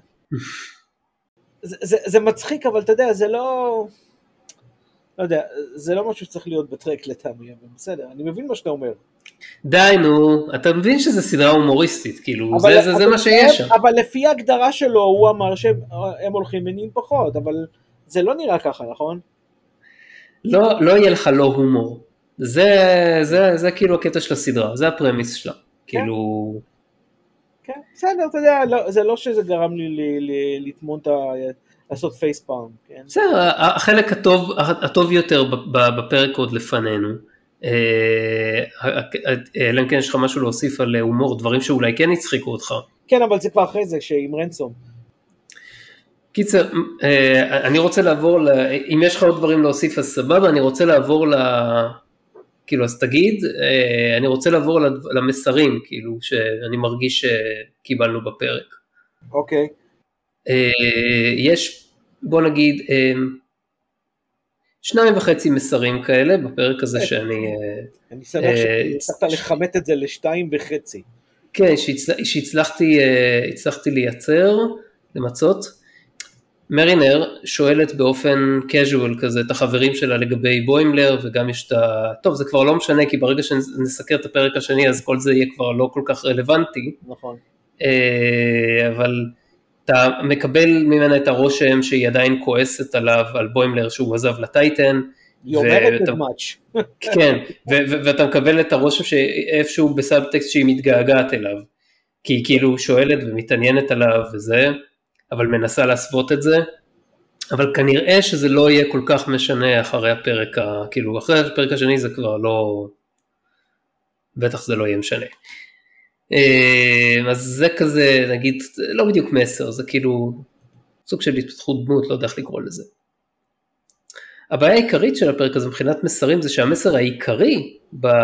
זה מצחיק, אבל אתה יודע, זה לא יודע, זה לא משהו שצריך להיות בטרק לטעמי, אבל בסדר, אני מבין מה שאתה אומר. די, נו, אתה מבין שזה סדרה הומוריסטית, כאילו, זה מה שיש שם. אבל לפי ההגדרה שלו, הוא אמר שהם הולכים ונהיים פחות, אבל זה לא נראה ככה, נכון? לא יהיה לך לא הומור. זה כאילו הקטע של הסדרה, זה הפרמיס שלה. כאילו... כן, בסדר, אתה יודע, זה לא שזה גרם לי לתמון לעשות פייספאלם. בסדר, החלק הטוב יותר בפרק עוד לפנינו, אלא אם כן יש לך משהו להוסיף על הומור, דברים שאולי כן יצחיקו אותך. כן, אבל זה כבר אחרי זה, עם רנסום. קיצר, אני רוצה לעבור, אם יש לך עוד דברים להוסיף אז סבבה, אני רוצה לעבור כאילו, אז תגיד, אני רוצה לעבור למסרים, כאילו, שאני מרגיש שקיבלנו בפרק. אוקיי. יש, בוא נגיד, 2.5 מסרים כאלה בפרק הזה שאני... אני שמח שהצלחת לכמת את זה ל2.5. כן, שהצלחתי לייצר, למצות. מרינר שואלת באופן casual כזה את החברים שלה לגבי בוימלר, וגם יש את ה... טוב, זה כבר לא משנה, כי ברגע שנסקר את הפרק השני, אז כל זה יהיה כבר לא כל כך רלוונטי. נכון. אבל אתה מקבל ממנה את הרושם שהיא עדיין כועסת עליו, על בוימלר שהוא עזב לטייטן. היא אומרת את מאץ'. כן, ואתה מקבל את הרושם שאיפשהו בסאבטקסט שהיא מתגעגעת אליו, כי היא כאילו שואלת ומתעניינת עליו וזה, אבל מנסה להסוות את זה, אבל כנראה שזה לא יהיה כל כך משנה אחרי הפרק, כאילו אחרי הפרק השני זה כבר לא, בטח זה לא יהיה משנה. אז זה כזה, נגיד, לא בדיוק מסר, זה כאילו סוג של התפתחות דמות, לא יודע איך לקרוא לזה. הבעיה העיקרית של הפרק הזה מבחינת מסרים, זה שהמסר העיקרי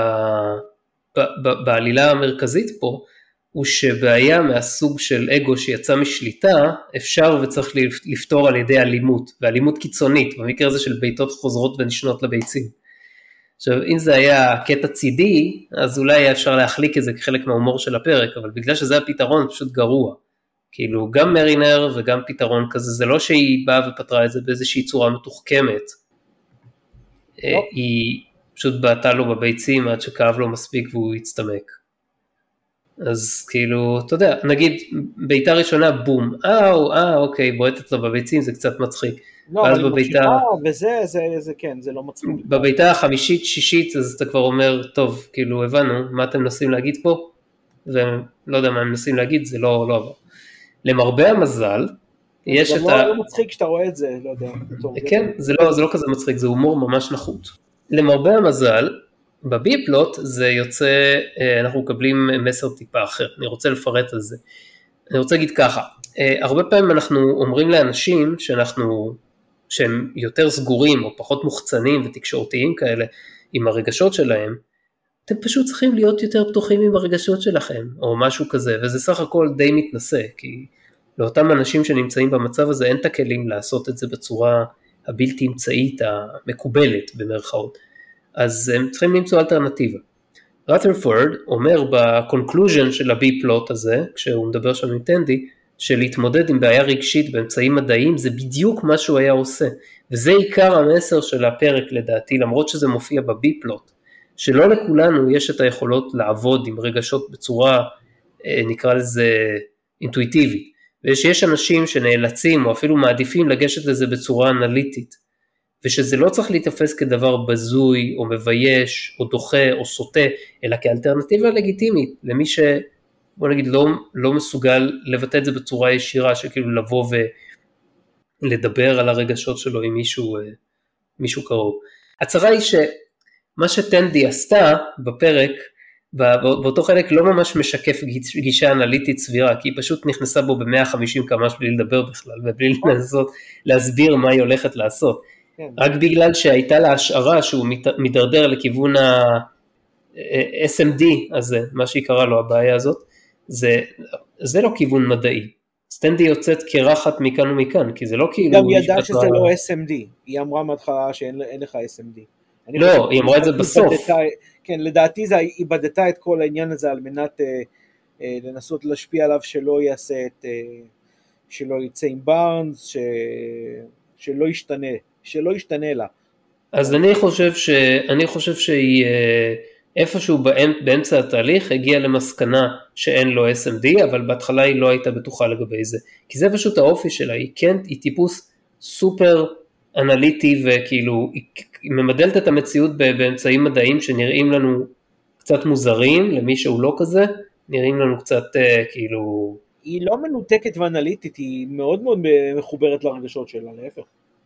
בעלילה המרכזית פה, הוא שבעיה מהסוג של אגו שיצא משליטה, אפשר וצריך לפתור על ידי אלימות, ואלימות קיצונית, במקרה הזה של ביתות חוזרות ונשנות לביצים. עכשיו, אם זה היה קטע צידי, אז אולי היה אפשר להחליק את זה כחלק מההומור של הפרק, אבל בגלל שזה הפתרון, פשוט גרוע. כאילו, גם מרינר וגם פתרון כזה, זה לא שהיא באה ופתרה את זה באיזושהי צורה מתוחכמת, היא פשוט בעטה לו בביצים עד שכאב לו מספיק והוא הצטמק. אז כאילו, אתה יודע, נגיד בעיטה ראשונה בום, אוקיי, בועטת לו בביצים, זה קצת מצחיק. לא, אבל ממשיכה וזה כן, זה לא מצחיק. בביתה החמישית, שישית, אז אתה כבר אומר, טוב, כאילו הבנו, מה אתם מנסים להגיד פה? ולא יודע מה הם מנסים להגיד, זה לא עבר. למרבה המזל, יש את ה... לא מצחיק שאתה רואה את זה, לא יודע. כן, זה לא כזה מצחיק, זה הומור ממש נחות. למרבה המזל, בבי-פלוט זה יוצא, אנחנו מקבלים מסר טיפה אחר, אני רוצה לפרט על זה. אני רוצה להגיד ככה, הרבה פעמים אנחנו אומרים לאנשים שהם יותר סגורים או פחות מוחצנים ותקשורתיים כאלה עם הרגשות שלהם, אתם פשוט צריכים להיות יותר פתוחים עם הרגשות שלכם, או משהו כזה, וזה סך הכל די מתנשא, כי לאותם אנשים שנמצאים במצב הזה אין את הכלים לעשות את זה בצורה הבלתי אמצעית המקובלת במרכאות, אז הם צריכים למצוא אלטרנטיבה. רת'רפורד אומר בקונקלוז'ן של הבי-פלוט הזה, כשהוא מדבר שם עם טנדי, שלהתמודד עם בעיה רגשית באמצעים מדעיים, זה בדיוק מה שהוא היה עושה, וזה עיקר המסר של הפרק לדעתי, למרות שזה מופיע בבי-פלוט, שלא לכולנו יש את היכולות לעבוד עם רגשות בצורה, נקרא לזה אינטואיטיבית, ושיש אנשים שנאלצים או אפילו מעדיפים לגשת לזה בצורה אנליטית, ושזה לא צריך להתאפס כדבר בזוי או מבייש או דוחה או סוטה, אלא כאלטרנטיבה לגיטימית למי בוא נגיד לא מסוגל לבטא את זה בצורה ישירה, שכאילו לבוא ולדבר על הרגשות שלו עם מישהו קרוב. הצרה היא שמה שטנדי עשתה בפרק, באותו חלק לא ממש משקף גישה אנליטית סבירה, כי היא פשוט נכנסה בו ב-150 קמ"ש בלי לדבר בכלל, ובלי לנסות להסביר מה היא הולכת לעשות. רק בגלל שהייתה לה השערה שהוא מדרדר לכיוון ה-SMD הזה, מה שהיא קרא לו הבעיה הזאת, זה לא כיוון מדעי. סטנדי יוצאת כרחת מכאן ומכאן, כי זה לא כאילו... גם ידע שזה לא SMD, היא אמרה מהתחלה שאין לך SMD. לא, היא אמרה את זה בסוף. כן, לדעתי היא בדתה את כל העניין הזה על מנת לנסות להשפיע עליו שלא יעשה שלא יצא עם בארנס, שלא ישתנה לה. אז אני חושב שהיא איפשהו באמצע התהליך הגיעה למסקנה שאין לו SMD, אבל בהתחלה היא לא הייתה בטוחה לגבי זה, כי זה פשוט האופי שלה, היא טיפוס סופר אנליטי, וכאילו היא ממדלת את המציאות באמצעים מדעיים שנראים לנו קצת מוזרים, למי שהוא לא כזה, נראים לנו קצת כאילו... היא לא מנותקת ואנליטית, היא מאוד מאוד מחוברת לרגשות שלה, להפך.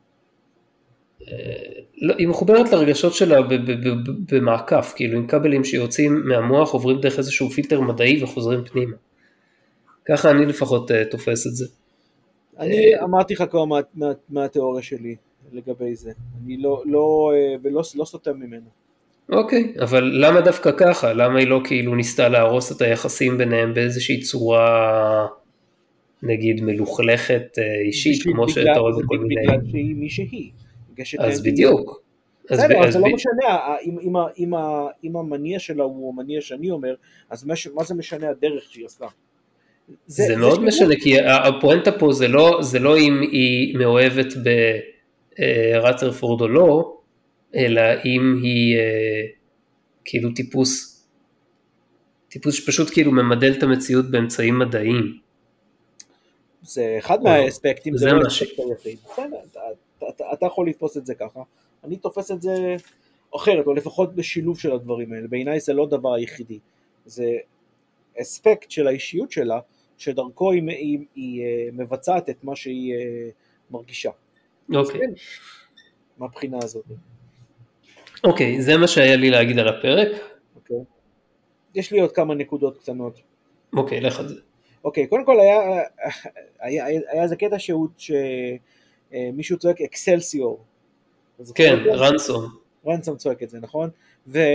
היא מחוברת לרגשות שלה במעקף, כאילו עם כבלים שיוצאים מהמוח, עוברים דרך איזשהו פילטר מדעי וחוזרים פנימה. ככה אני לפחות תופס את זה. אני אמרתי לך כבר מהתיאוריה שלי לגבי זה, אני לא סוטה ממנו. אוקיי, אבל למה דווקא ככה? למה היא לא כאילו ניסתה להרוס את היחסים ביניהם באיזושהי צורה, נגיד, מלוכלכת אישית, כמו שאתה רואה זה בכל מיני... בגלל שהיא מי שהיא. אז בדיוק. בסדר, אז זה לא משנה, אם המניע שלה הוא המניע שאני אומר, אז מה זה משנה הדרך שהיא עשתה? זה מאוד משנה, כי הפואנטה פה זה לא אם היא מאוהבת ברת'רפורד או לא, אלא אם היא כאילו טיפוס שפשוט כאילו ממדל את המציאות באמצעים מדעיים. זה אחד מהאספקטים, זה זה לא מה אספקט היחיד. אתה יכול לתפוס את זה ככה, אני תופס את זה אחרת, או לפחות בשילוב של הדברים האלה. בעיניי זה לא דבר היחידי, זה אספקט של האישיות שלה, שדרכו היא מבצעת את מה שהיא מרגישה. אוקיי. מהבחינה הזאת. אוקיי, זה מה שהיה לי להגיד על הפרק. אוקיי. יש לי עוד כמה נקודות קטנות. אוקיי, לך על זה. אוקיי, קודם כל היה איזה קטע שמישהו צועק אקסלסיור. כן, רנסום צועק את זה, נכון? ועלה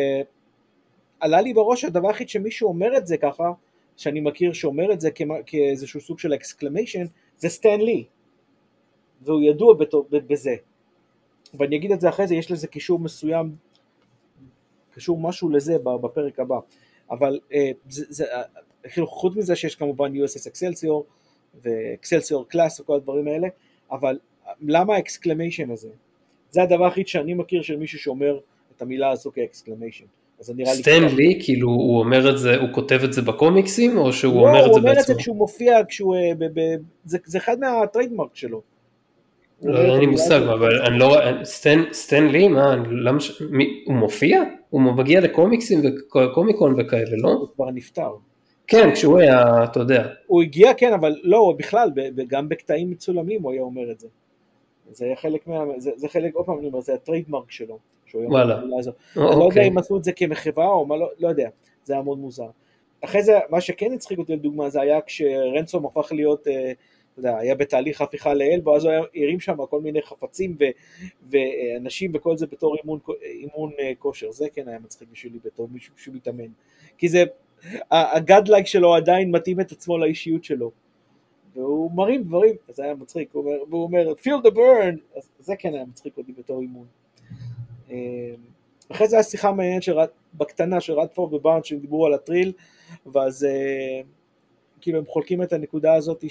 לי בראש הדבר הכי שמישהו אומר את זה ככה, שאני מכיר שאומר את זה כאיזשהו סוג של אקסקלמיישן, זה סטן לי. והוא ידוע בזה. ואני אגיד את זה אחרי זה, יש לזה קישור מסוים, קישור משהו לזה בפרק הבא. אבל חוץ מזה שיש כמובן USS Excelsior ו-Excelsior Class וכל הדברים האלה, אבל למה האקסקלמיישן הזה? זה הדבר הכי שאני מכיר של מישהו שאומר את המילה הזו כאקסקלמיישן. סטן לי, כאילו הוא אומר את זה, הוא כותב את זה בקומיקסים, או שהוא אומר את זה בעצמו? לא, הוא אומר את זה כשהוא מופיע, זה אחד מהטריידמרק שלו. לא, אין לי מושג, אבל אני לא רואה, סטן לי, מה, הוא מופיע? הוא מגיע לקומיקסים וקומיקון וכאלה, לא? הוא כבר נפטר. כן, כשהוא היה, אתה יודע. הוא הגיע, כן, אבל לא, בכלל, גם בקטעים מצולמים הוא היה אומר את זה. זה היה חלק זה חלק, עוד פעם אני אומר, זה הטריידמרק שלו. וואלה. אני לא יודע אם עשו את זה כמחווה או מה, לא יודע, זה היה מאוד מוזר. אחרי זה, מה שכן הצחיק אותי לדוגמה, זה היה כשרנסום הפך להיות, היה בתהליך הפיכה לאל, ואז הוא הרים שם כל מיני חפצים ואנשים וכל זה בתור אימון כושר. זה כן היה מצחיק בשבילי בתור מישהו שהוא מתאמן. כי זה, הגאדלייק שלו עדיין מתאים את עצמו לאישיות שלו. והוא מרים דברים, אז זה היה מצחיק. והוא אומר, feel the burn. אז זה כן היה מצחיק אותי בתור אימון. אחרי זה היה שיחה מעניינת בקטנה של רדפורד ובארנס שדיברו על הטריל, ואז כאילו הם חולקים את הנקודה הזאת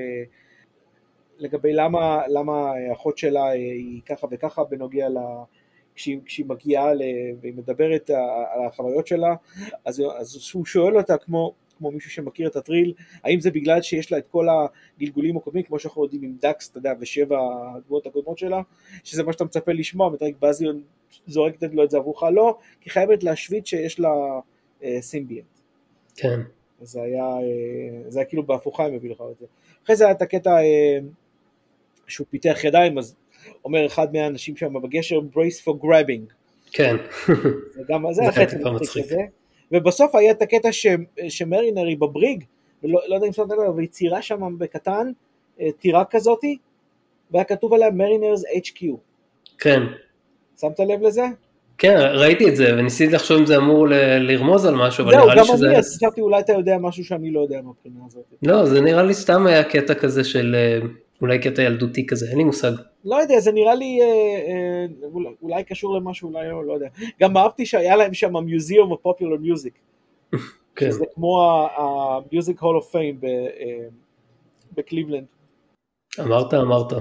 לגבי למה האחות שלה היא ככה וככה בנוגע כשהיא מגיעה והיא מדברת על החוויות שלה, אז הוא שואל אותה כמו מישהו שמכיר את הטריל, האם זה בגלל שיש לה את כל הגלגולים הקודמים, כמו שאנחנו יודעים עם דקס, אתה יודע, ושבע הדמות הקודמות שלה, שזה מה שאתה מצפה לשמוע, מטריק בזיון זורקת לו את זה עבורך, לא, כי חייבת להשוויץ שיש לה סימביאנט. כן. אז זה היה כאילו בהפוכה הם הביא לך את זה. אחרי זה היה את הקטע שהוא פיתח ידיים, אז אומר אחד מהאנשים שם בגשר, brace for grabbing. כן. זה החצי מצחיק כזה. ובסוף היה את הקטע שמרינר היא בבריג, ולא יודע אם שמת לב, והיא ציירה שם בקטן, טירה כזאתי, והיה כתוב עליה מרינר's HQ. כן. שמת לב לזה? כן, ראיתי את זה, וניסיתי לחשוב אם זה אמור לרמוז על משהו, אבל זהו, נראה לי שזה... גם אני, אז חשבתי אולי אתה יודע משהו שאני לא יודע מהבחינה הזאת. לא, זה נראה לי סתם היה קטע כזה של, אולי קטע ילדותי כזה, אין לי מושג. לא יודע, זה נראה לי, אולי קשור למשהו, אולי לא יודע. גם אהבתי שהיה להם שם Museum of Popular Music, שזה כמו ה-Music Hall of Fame בקליבלנד. אמרת.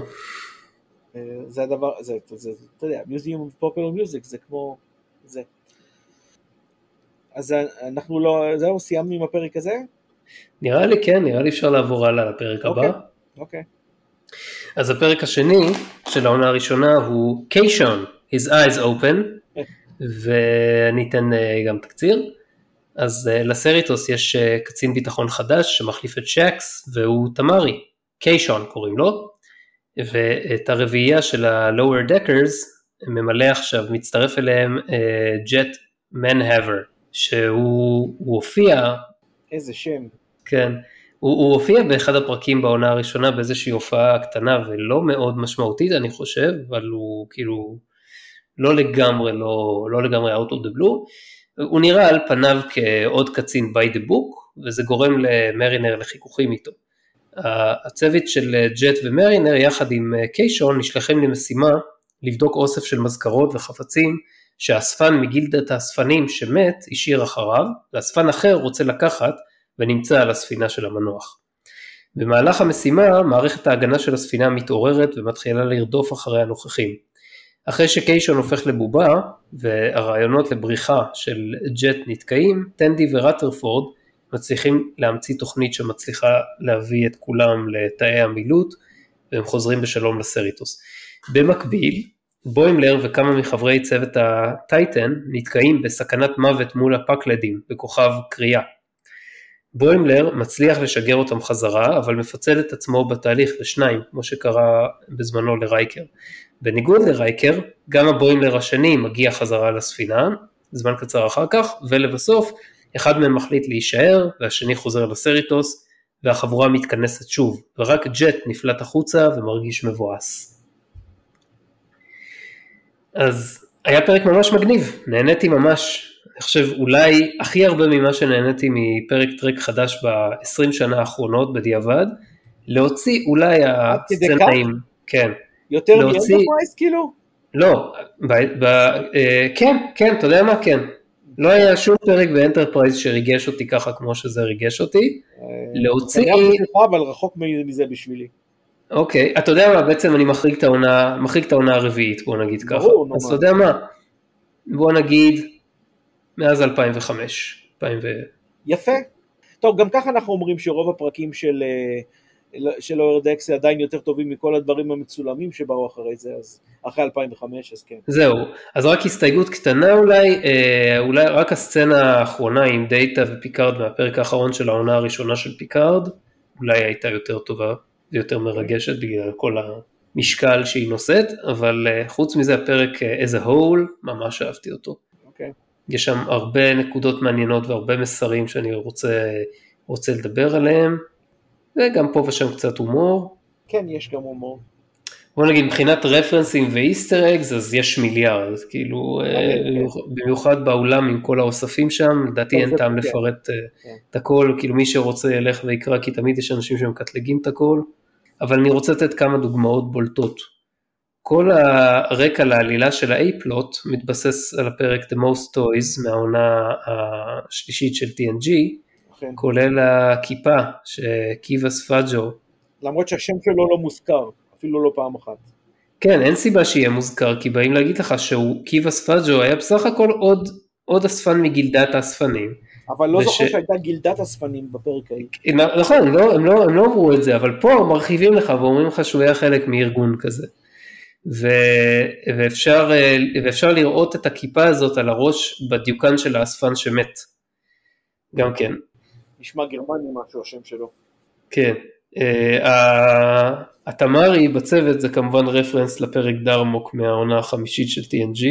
זה הדבר, אתה יודע, Museum of Popular Music, זה כמו זה. אז אנחנו לא, זהו, סיימנו עם הפרק הזה? נראה לי כן, נראה לי אפשר לעבור הלאה לפרק הבא. אוקיי. אז הפרק השני של העונה הראשונה הוא קיישון, his eyes open, ואני אתן גם תקציר. אז לסריטוס יש קצין ביטחון חדש שמחליף את שקס, והוא תמרי, קיישון קוראים לו, ואת הרביעייה של ה-lower deckers ממלא עכשיו, מצטרף אליהם ג'ט מנהבר, שהוא הופיע... איזה שם. כן, הוא הופיע באחד הפרקים בעונה הראשונה באיזושהי הופעה קטנה ולא מאוד משמעותית אני חושב, אבל הוא כאילו לא לגמרי out of the blue, הוא נראה על פניו כעוד קצין by the book, וזה גורם למרינר לחיכוכים איתו. הצוות של ג'ט ומרינר יחד עם קיישון נשלחים למשימה לבדוק אוסף של מזכרות וחפצים שהאספן מגילדת האספנים שמת השאיר אחריו, ואספן אחר רוצה לקחת ונמצא על הספינה של המנוח. במהלך המשימה מערכת ההגנה של הספינה מתעוררת ומתחילה לרדוף אחרי הנוכחים. אחרי שקיישון הופך לבובה והרעיונות לבריחה של ג'ט נתקעים, טנדי ורטרפורד מצליחים להמציא תוכנית שמצליחה להביא את כולם לתאי המילוט, והם חוזרים בשלום לסריטוס. במקביל, בוימלר וכמה מחברי צוות הטייטן נתקעים בסכנת מוות מול הפקלדים בכוכב קריאה. בוימלר מצליח לשגר אותם חזרה, אבל מפצל את עצמו בתהליך לשניים, כמו שקרה בזמנו לרייקר. בניגוד לרייקר, גם הבוימלר השני מגיע חזרה לספינה, זמן קצר אחר כך, ולבסוף, אחד מהם מחליט להישאר, והשני חוזר לסריטוס, והחבורה מתכנסת שוב, ורק ג'ט נפלט החוצה ומרגיש מבואס. אז היה פרק ממש מגניב, נהניתי ממש, אני חושב אולי הכי הרבה ממה שנהניתי מפרק טרק חדש ב-20 שנה האחרונות בדיעבד, להוציא אולי הסצנאים, כן. יותר מאנטרפרייז כאילו? לא, כן, אתה יודע מה? כן. לא היה שום פרק באנטרפרייז שריגש אותי ככה כמו שזה ריגש אותי, להוציא... אבל רחוק מזה בשבילי. אוקיי, אתה יודע מה, בעצם אני מחריג את העונה הרביעית, בוא נגיד ככה. אז אתה יודע מה, בוא נגיד, מאז 2005. יפה. טוב, גם ככה אנחנו אומרים שרוב הפרקים של אורדקס עדיין יותר טובים מכל הדברים המצולמים שבאו אחרי זה, אז אחרי 2005, אז כן. זהו, אז רק הסתייגות קטנה אולי רק הסצנה האחרונה עם דאטה ופיקארד מהפרק האחרון של העונה הראשונה של פיקארד, אולי הייתה יותר טובה ויותר מרגשת בגלל כל המשקל שהיא נושאת, אבל חוץ מזה הפרק as a whole, ממש אהבתי אותו. אוקיי. יש שם הרבה נקודות מעניינות והרבה מסרים שאני רוצה לדבר עליהם, וגם פה ושם קצת הומור. כן, יש גם הומור. בוא נגיד, מבחינת רפרנסים ואיסטר אגס, אז יש מיליארד, כאילו, במיוחד בעולם עם כל האוספים שם, לדעתי אין טעם לפרט את הכל, כאילו מי שרוצה ילך ויקרא, כי תמיד יש אנשים שמקטלגים את הכל, אבל אני רוצה לתת כמה דוגמאות בולטות. כל הרקע לעלילה של ה-A-Plot מתבסס על הפרק The Most Toys, מהעונה השלישית של TNG, כולל הכיפה שקיבס פאג'ו. למרות שהשם שלו לא מוזכר, אפילו לא פעם אחת. כן, אין סיבה שיהיה מוזכר, כי באים להגיד לך שהוא קיבס פאג'ו היה בסך הכל עוד אספן מגילדת האספנים. אבל לא זוכר שהייתה גילדת אספנים בפרק ההיא. נכון, הם לא אמרו את זה, אבל פה מרחיבים לך ואומרים לך שהוא היה חלק מארגון כזה. ואפשר לראות את הכיפה הזאת על הראש בדיוקן של האספן שמת. גם כן. נשמע גרמני משהו השם שלו. כן. התמרי בצוות זה כמובן רפרנס לפרק דרמוק מהעונה החמישית של TNG.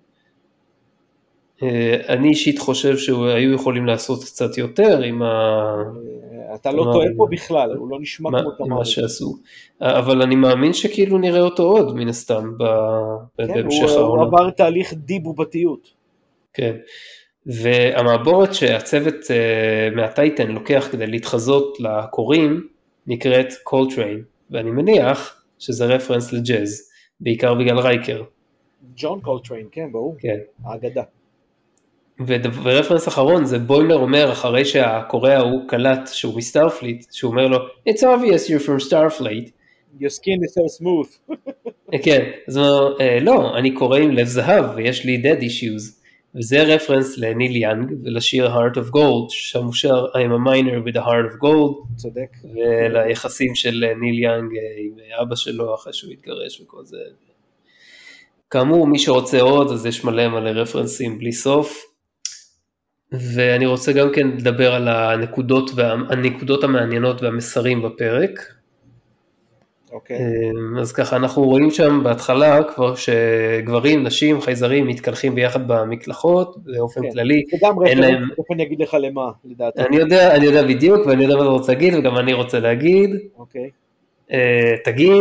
אני אישית חושב שהיו יכולים לעשות קצת יותר עם אתה לא טועה פה בכלל, הוא לא נשמע כמו תמרי. מה שעשו. אבל אני מאמין שכאילו נראה אותו עוד מן הסתם בהמשך העונה. הוא עבר תהליך דיבובתיות. כן. והמעבורת שהצוות מהטייטן לוקח כדי להתחזות לקוראים נקראת קולטריין, ואני מניח שזה רפרנס לג'אז, בעיקר בגלל רייקר. ג'ון קולטריין, כן, ברור. כן. האגדה. ורפרנס אחרון זה בוימלר אומר אחרי שהקורא הוא קלט שהוא מסטארפליט, שהוא אומר לו It's obvious you're from Starfleet. Your skin is so smooth. כן, אז הוא אומר, לא, אני קורא עם לב זהב ויש לי dead issues. וזה רפרנס לניל יאנג ולשיר Heart of Gold, שם הוא שר I'm a miner with a heart of gold, צודק. וליחסים של ניל יאנג עם אבא שלו אחרי שהוא התגרש וכל זה. כאמור, מי שרוצה עוד, אז יש מלא רפרנסים בלי סוף, ואני רוצה גם כן לדבר על הנקודות המעניינות והמסרים בפרק. אוקיי. אז ככה אנחנו רואים שם בהתחלה כבר שגברים, נשים, חייזרים מתקלחים ביחד במקלחות באופן כללי. זה גם רפרנס, אני אגיד לך למה, לדעתי. אני יודע בדיוק ואני יודע מה אתה רוצה להגיד וגם אני רוצה להגיד. אוקיי. תגיד.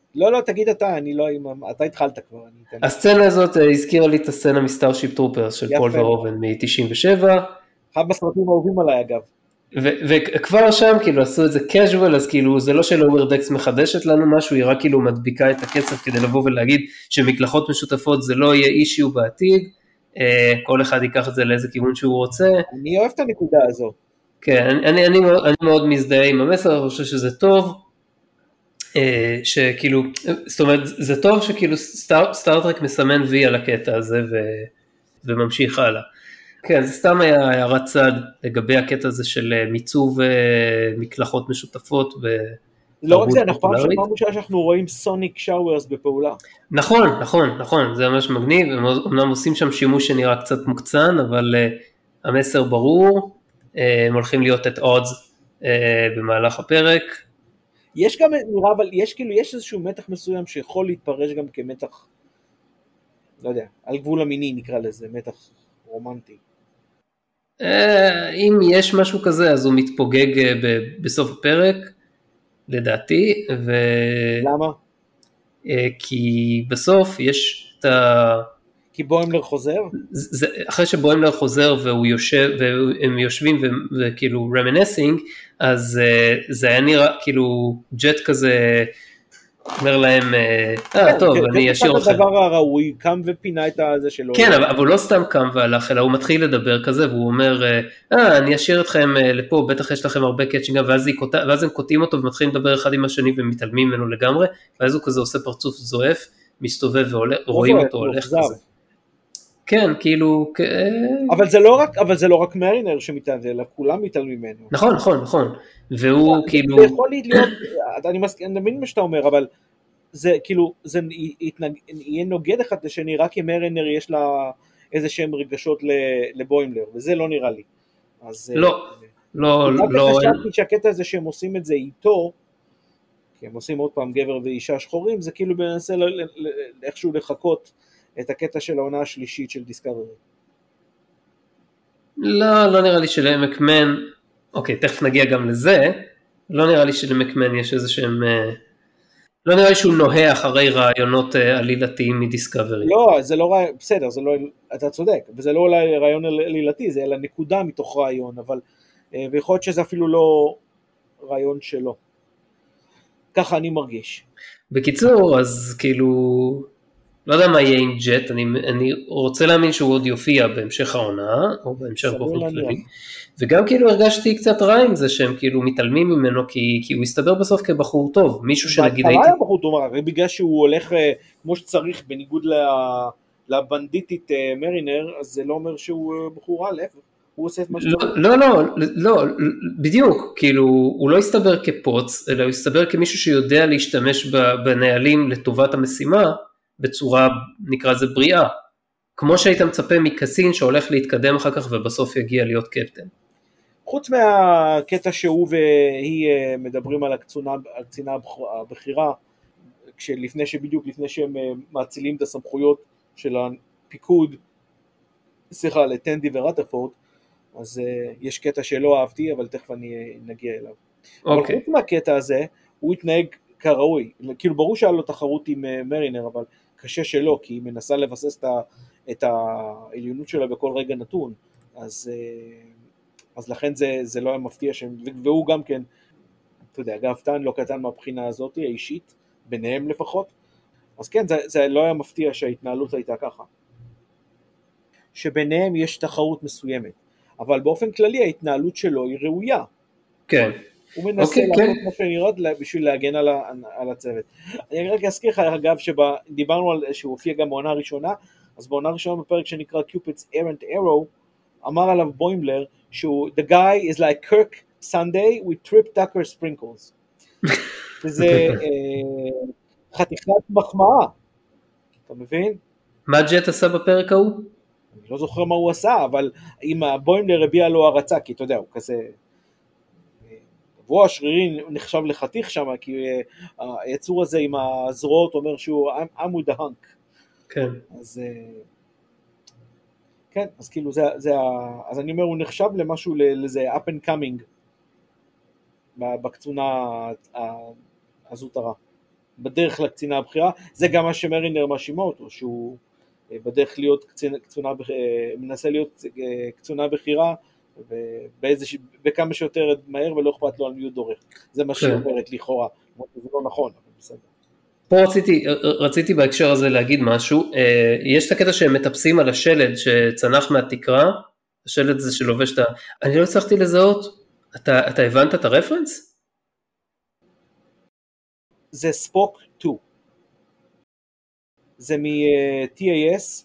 לא, לא, תגיד אתה, אני לא, אתה התחלת כבר. הסצנה הזאת הזכירה לי את הסצנה מסטארשיפ טרופרס של פול ורובן מ-97. אחד בסרטים האהובים עליי אגב. וכבר שם כאילו עשו את זה casual, אז כאילו זה לא שלאובר דקס מחדשת לנו משהו, היא רק כאילו מדביקה את הקצב כדי לבוא ולהגיד שמקלחות משותפות זה לא יהיה אישיו בעתיד, כל אחד ייקח את זה לאיזה כיוון שהוא רוצה. אני אוהב את הנקודה הזו. כן, אני מאוד מזדהה עם המסר, אני חושב שזה טוב, שכאילו, זאת אומרת, זה טוב שכאילו סטארטרק מסמן וי על הקטע הזה וממשיך הלאה. כן, זה סתם היה הערת צד לגבי הקטע הזה של מיצוב מקלחות משותפות. לא רק זה, אנחנו פעם שאנחנו רואים סוניק שאוורס בפעולה. נכון, נכון, נכון, זה ממש מגניב, הם אמנם עושים שם שימוש שנראה קצת מוקצן, אבל המסר ברור, הם הולכים להיות את אודס במהלך הפרק. יש גם, נראה, אבל יש כאילו, יש איזשהו מתח מסוים שיכול להתפרש גם כמתח, לא יודע, על גבול המיני נקרא לזה, מתח רומנטי. אם יש משהו כזה, אז הוא מתפוגג בסוף הפרק, לדעתי. למה? כי בסוף יש את ה... כי בוימלר חוזר? אחרי שבוימלר חוזר והוא יושב, והם יושבים וכאילו רמינסינג, אז זה היה נראה כאילו ג'ט כזה, אומר להם, טוב, אני אשאיר אתכם. זה הדבר הראוי, קם ופינה את הזה שלו. כן, אבל הוא לא סתם קם והלך, אלא הוא מתחיל לדבר כזה, והוא אומר, אני אשאיר אתכם לפה, בטח יש לכם הרבה קאצ'ינג, ואז הם קוטעים אותו ומתחילים לדבר אחד עם השני ומתעלמים ממנו לגמרי, ואז הוא כזה עושה פרצוף זועף, מסתובב ורואים אותו הולך כזה. כן, כאילו... אבל זה לא רק מרינר שמתעלם, אלא כולם מתעלמים ממנו. נכון, נכון, נכון. והוא כאילו... זה יכול להיות, אני מבין מה שאתה אומר, אבל זה כאילו, זה יהיה נוגד אחד לשני, רק אם מרינר יש לה איזה שהם רגשות לבוימלר, וזה לא נראה לי. לא. חשבתי שהקטע הזה שהם עושים את זה איתו, כי הם עושים עוד פעם גבר ואישה שחורים, זה כאילו בנסה איכשהו לחכות את הקטע של העונה השלישית של דיסקאברי. לא נראה לי שלמקמן, אוקיי, תכף נגיע גם לזה, לא נראה לי שלמקמן יש איזה שהם, לא נראה לי שהוא נוהה אחרי רעיונות עלילתיים מדיסקאברי. לא, זה לא רעיון, בסדר, זה לא, אתה צודק, וזה לא אולי רעיון עלילתי, זה אלא נקודה מתוך רעיון, אבל, ויכול להיות שזה אפילו לא רעיון שלו. ככה אני מרגיש. בקיצור, אז כאילו, לא יודע מה יהיה עם ג'ט, אני רוצה להאמין שהוא עוד יופיע בהמשך העונה, או בהמשך באופן כללי, וגם כאילו הרגשתי קצת רע עם זה שהם כאילו מתעלמים ממנו, כי הוא הסתבר בסוף כבחור טוב, מישהו שנגיד הייתי... בהתחלה בחור טוב, בגלל שהוא הולך כמו שצריך, בניגוד לבנדיטית מרינר, אז זה לא אומר שהוא בחור רע, להפך. הוא עושה את מה שצריך. לא, בדיוק, כאילו, הוא לא הסתבר כפוץ, אלא הוא הסתבר כמישהו שיודע להשתמש בנהלים לטובת המשימה, בצורה, נקרא זה בריאה, כמו שהיית מצפה מקסין שהולך להתקדם אחר כך ובסוף יגיע להיות קפטן. חוץ מהקטע שהוא והיא מדברים על הקצינה הבכירה, בדיוק לפני שהם מאצילים את הסמכויות של הפיקוד, לטנדי ורטרפורד, אז יש קטע שלא אהבתי, אבל תכף אני נגיע אליו. אבל חוץ מהקטע הזה, הוא התנהג כראוי, כאילו ברור שהיה לו תחרות עם מרינר, אבל קשה שלא, כי היא מנסה לבסס את העליונות שלה בכל רגע נתון, אז לכן זה לא היה מפתיע, והוא גם כן, אתה יודע, גאוותן לא קטן מהבחינה הזאת, האישית, ביניהם לפחות, אז כן, זה לא היה מפתיע שההתנהלות הייתה ככה. שביניהם יש תחרות מסוימת, אבל באופן כללי ההתנהלות שלו היא ראויה. כן. הוא מנסה לעשות מה שנראה בשביל להגן על הצוות. אני רק אזכיר לך, אגב, שדיברנו על שהוא הופיע גם בעונה הראשונה, אז בעונה הראשונה בפרק שנקרא Cupid's Errant Arrow, אמר עליו בוימלר, שהוא, the guy is like Kirk Sunday with Trip Tucker sprinkles. וזה חתיכת מחמאה, אתה מבין? מה ג'ט עשה בפרק ההוא? אני לא זוכר מה הוא עשה, אבל אם הבוימלר הביע לו הרצה, כי אתה יודע, הוא כזה... והוא השרירי נחשב לחתיך שם, כי היצור הזה עם הזרועות אומר שהוא I'm with the hunk. כן. אז כן, אז כאילו אז אני אומר, הוא נחשב למשהו, לזה up and coming, בקצונה הזוטרה. בדרך לקצינה הבכירה, זה גם מה שמרינר מאשימה אותו, שהוא בדרך להיות מנסה להיות קצונה בכירה, בכמה שיותר מהר ולא אכפת לו על מי הוא דורך. זה מה שהיא אומרת לכאורה, זה לא נכון, אבל בסדר. פה רציתי בהקשר הזה להגיד משהו, יש את הקטע שהם מטפסים על השלד שצנח מהתקרה, השלד הזה שלובש את אני לא הצלחתי לזהות, אתה הבנת את הרפרנס? זה ספוק 2. זה מ-TAS,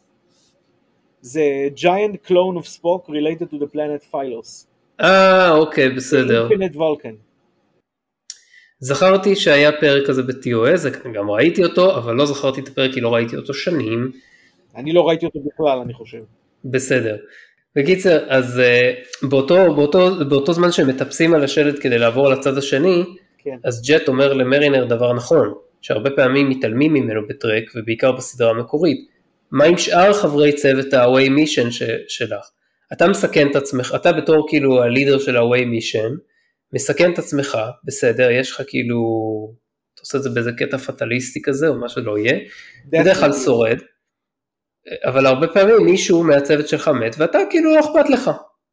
זה Giant Clone of Spock related to the planet Philos. אוקיי, בסדר. Infinite Vulcan. זכרתי שהיה פרק כזה ב-TOS, גם ראיתי אותו, אבל לא זכרתי את הפרק כי לא ראיתי אותו שנים. אני לא ראיתי אותו בכלל, אני חושב. בסדר. בקיצר, אז באותו זמן שהם מטפסים על השלד כדי לעבור לצד השני, כן. אז ג'ט אומר למרינר דבר נכון, שהרבה פעמים מתעלמים ממנו בטרק, ובעיקר בסדרה המקורית. מה עם שאר חברי צוות ה-Away Mission שלך? אתה מסכן את עצמך, אתה בתור כאילו הלידר של ה-Away Mission, מסכן את עצמך, בסדר, יש לך כאילו, אתה עושה את זה באיזה קטע פטליסטי כזה, או מה שלא יהיה, בדרך כלל שורד, אבל הרבה פעמים מישהו מהצוות שלך מת, ואתה כאילו לא אכפת לך.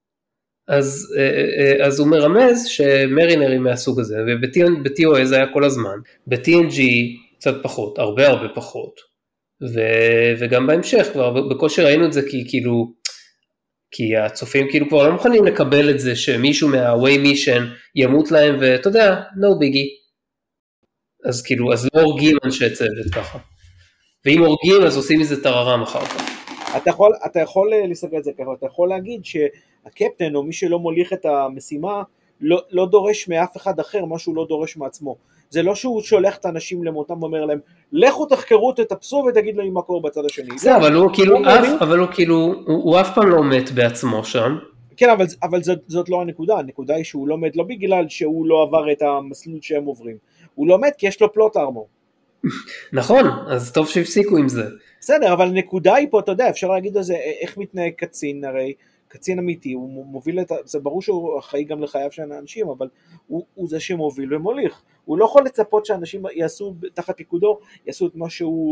אז הוא מרמז שמרינרים מהסוג הזה, וב-TOS זה היה כל הזמן, ב-TNG קצת פחות, הרבה פחות, וגם בהמשך, כבר בקושי ראינו את זה כי הצופים כאילו כבר לא מוכנים לקבל את זה, שמישהו מה-Away Mission ימות להם, ואתה יודע, no biggie. אז כאילו, אז לא הורגים אנשי צוות ככה. ואם הורגים, אז עושים מזה טררם אחר כך. אתה יכול לסגר את זה ככה, אתה יכול להגיד שהקפטן או מי שלא מוליך את המשימה, לא דורש מאף אחד אחר, מה שהוא לא דורש מעצמו. זה לא שהוא שולח את האנשים למותם ואומר להם, לכו תחקרו, תטפסו ותגיד להם מה קורה בצד השני. זה, אבל הוא כאילו, הוא אף פעם לא מת בעצמו שם. כן, אבל זאת לא הנקודה, הנקודה היא שהוא לא מת, לא בגלל שהוא לא עבר את המסלול שהם עוברים. הוא לא מת כי יש לו פלוט ארמור. נכון, אז טוב שהפסיקו עם זה. בסדר, אבל הנקודה היא פה, אתה יודע, אפשר להגיד על זה, איך מתנהג קצין, הרי קצין אמיתי, הוא מוביל זה ברור שהוא אחראי גם לחייו של האנשים, אבל הוא זה שמוביל ומוליך. הוא לא יכול לצפות שאנשים יעשו תחת פיקודו, יעשו את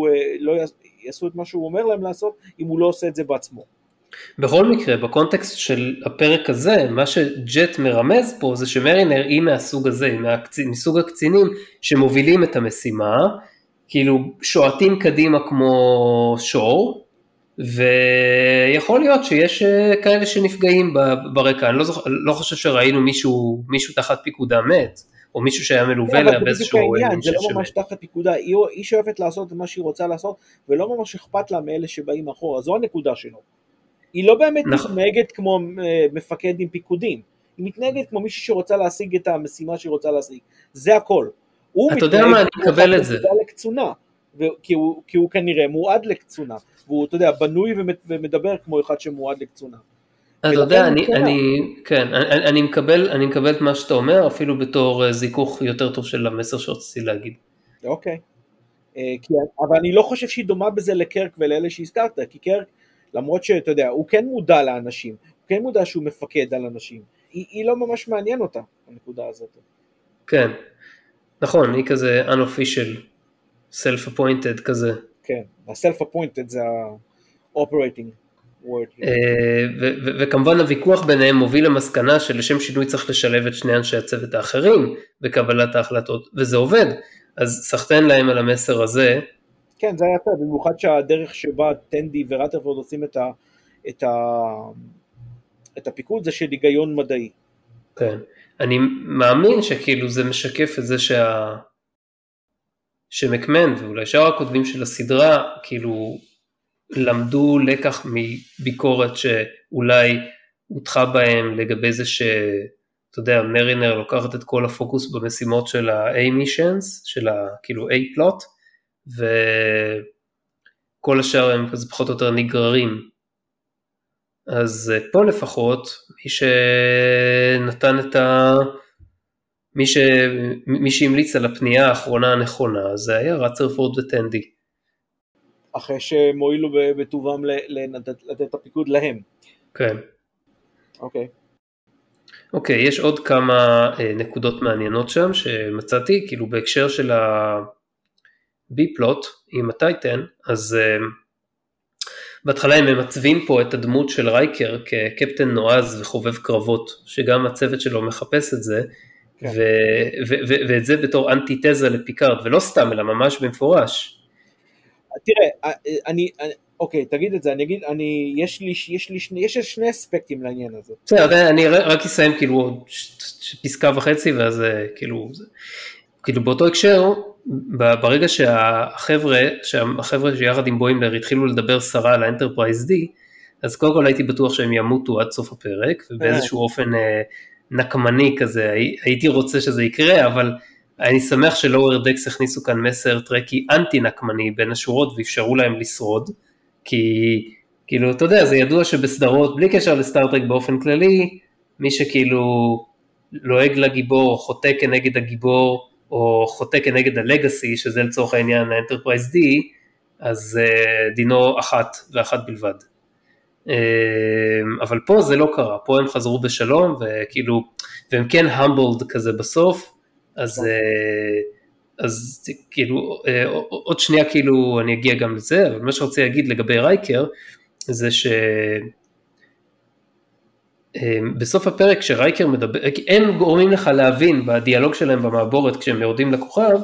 מה שהוא אומר להם לעשות, אם הוא לא עושה את זה בעצמו. בכל מקרה, בקונטקסט של הפרק הזה, מה שג'ט מרמז פה, זה שמרינר היא מהסוג הזה, מסוג הקצינים שמובילים את המשימה, כאילו שועטים קדימה כמו שור, ויכול להיות שיש כאלה שנפגעים ברקע, אני לא חושב שראינו מישהו תחת פיקודה מת, או מישהו שהיה מלווה לה באיזשהו העניין, זה לא ממש תחת פיקודה, היא שואפת לעשות את מה שהיא רוצה לעשות, ולא ממש אכפת לה מאלה שבאים אחורה, זו הנקודה שלו. היא לא באמת מתנהגת כמו מפקד עם פיקודים, היא מתנהגת כמו מישהו שרוצה להשיג את המשימה שהיא רוצה להשיג, זה הכל. אתה יודע מה, אני מקבל את זה. לקצונה, כי הוא כנראה מועד לקצונה, והוא, אתה יודע, בנוי ומדבר כמו אחד שמועד לקצונה. אתה יודע, אני מקבל את מה שאתה אומר, אפילו בתור זיכוך יותר טוב של המסר שרציתי להגיד. אוקיי. אבל אני לא חושב שהיא דומה בזה לקרק ולאלה שהזכרת, כי קרק, למרות שאתה יודע, הוא כן מודע לאנשים, הוא כן מודע שהוא מפקד על אנשים, היא לא ממש מעניין אותה, הנקודה הזאת. כן, נכון, היא כזה unofficial, self-appointed כזה. כן, ה-self-appointed זה ה-operating word. וכמובן הוויכוח ביניהם מוביל למסקנה שלשם שינוי צריך לשלב את שני אנשי הצוות האחרים בקבלת ההחלטות, וזה עובד, אז סחטן להם על המסר הזה. כן, זה היה יפה, במיוחד שהדרך שבה טנדי ורטרפורד עושים את הפיקוד זה של היגיון מדעי. כן, אני מאמין שכאילו זה משקף את זה שמקמן ואולי שאר הכותבים של הסדרה כאילו למדו לקח מביקורת שאולי הותחה בהם לגבי זה שאתה יודע, מרינר לוקחת את כל הפוקוס במשימות של ה-A-Missions, של כאילו A-Plot, וכל השאר הם כזה פחות או יותר נגררים. אז פה לפחות, מי שנתן את מי שהמליץ על הפנייה האחרונה הנכונה, זה היה רת'רפורד וטנדי. אחרי שהם הועילו בטובם לתת את הפיקוד להם. כן. אוקיי. אוקיי, יש עוד כמה נקודות מעניינות שם שמצאתי, כאילו בהקשר של בי פלוט עם הטייטן, אז בהתחלה הם מצווים פה את הדמות של רייקר כקפטן נועז וחובב קרבות, שגם הצוות שלו מחפש את זה, כן. ואת זה בתור אנטיתזה לפיקארד, ולא סתם, אלא ממש במפורש. תראה, אוקיי, תגיד את זה, יש שני אספקטים לעניין הזה. בסדר, אני רק אסיים כאילו פסקה וחצי, ואז כאילו באותו הקשר, ברגע שהחבר'ה שיחד עם בוימלר התחילו לדבר סרה על האנטרפרייז D, אז קודם כל הייתי בטוח שהם ימותו עד סוף הפרק, ובאיזשהו אופן נקמני כזה, הייתי רוצה שזה יקרה, אבל אני שמח שלואוור דקס הכניסו כאן מסר טרקי אנטי נקמני בין השורות, ואפשרו להם לשרוד, כי כאילו אתה יודע, זה ידוע שבסדרות, בלי קשר לסטארטרק באופן כללי, מי שכאילו לועג לגיבור, או חוטא כנגד הגיבור, או חוטא כנגד הלגאסי, שזה לצורך העניין האנטרפרייז D, אז דינו אחת ואחת בלבד. אבל פה זה לא קרה, פה הם חזרו בשלום, וכאילו, והם כן humbled כזה בסוף, אז כאילו, עוד שנייה כאילו אני אגיע גם לזה, אבל מה שרוצה להגיד לגבי רייקר, זה בסוף הפרק שרייקר מדבר, הם גורמים לך להבין בדיאלוג שלהם במעבורת כשהם יורדים לכוכב,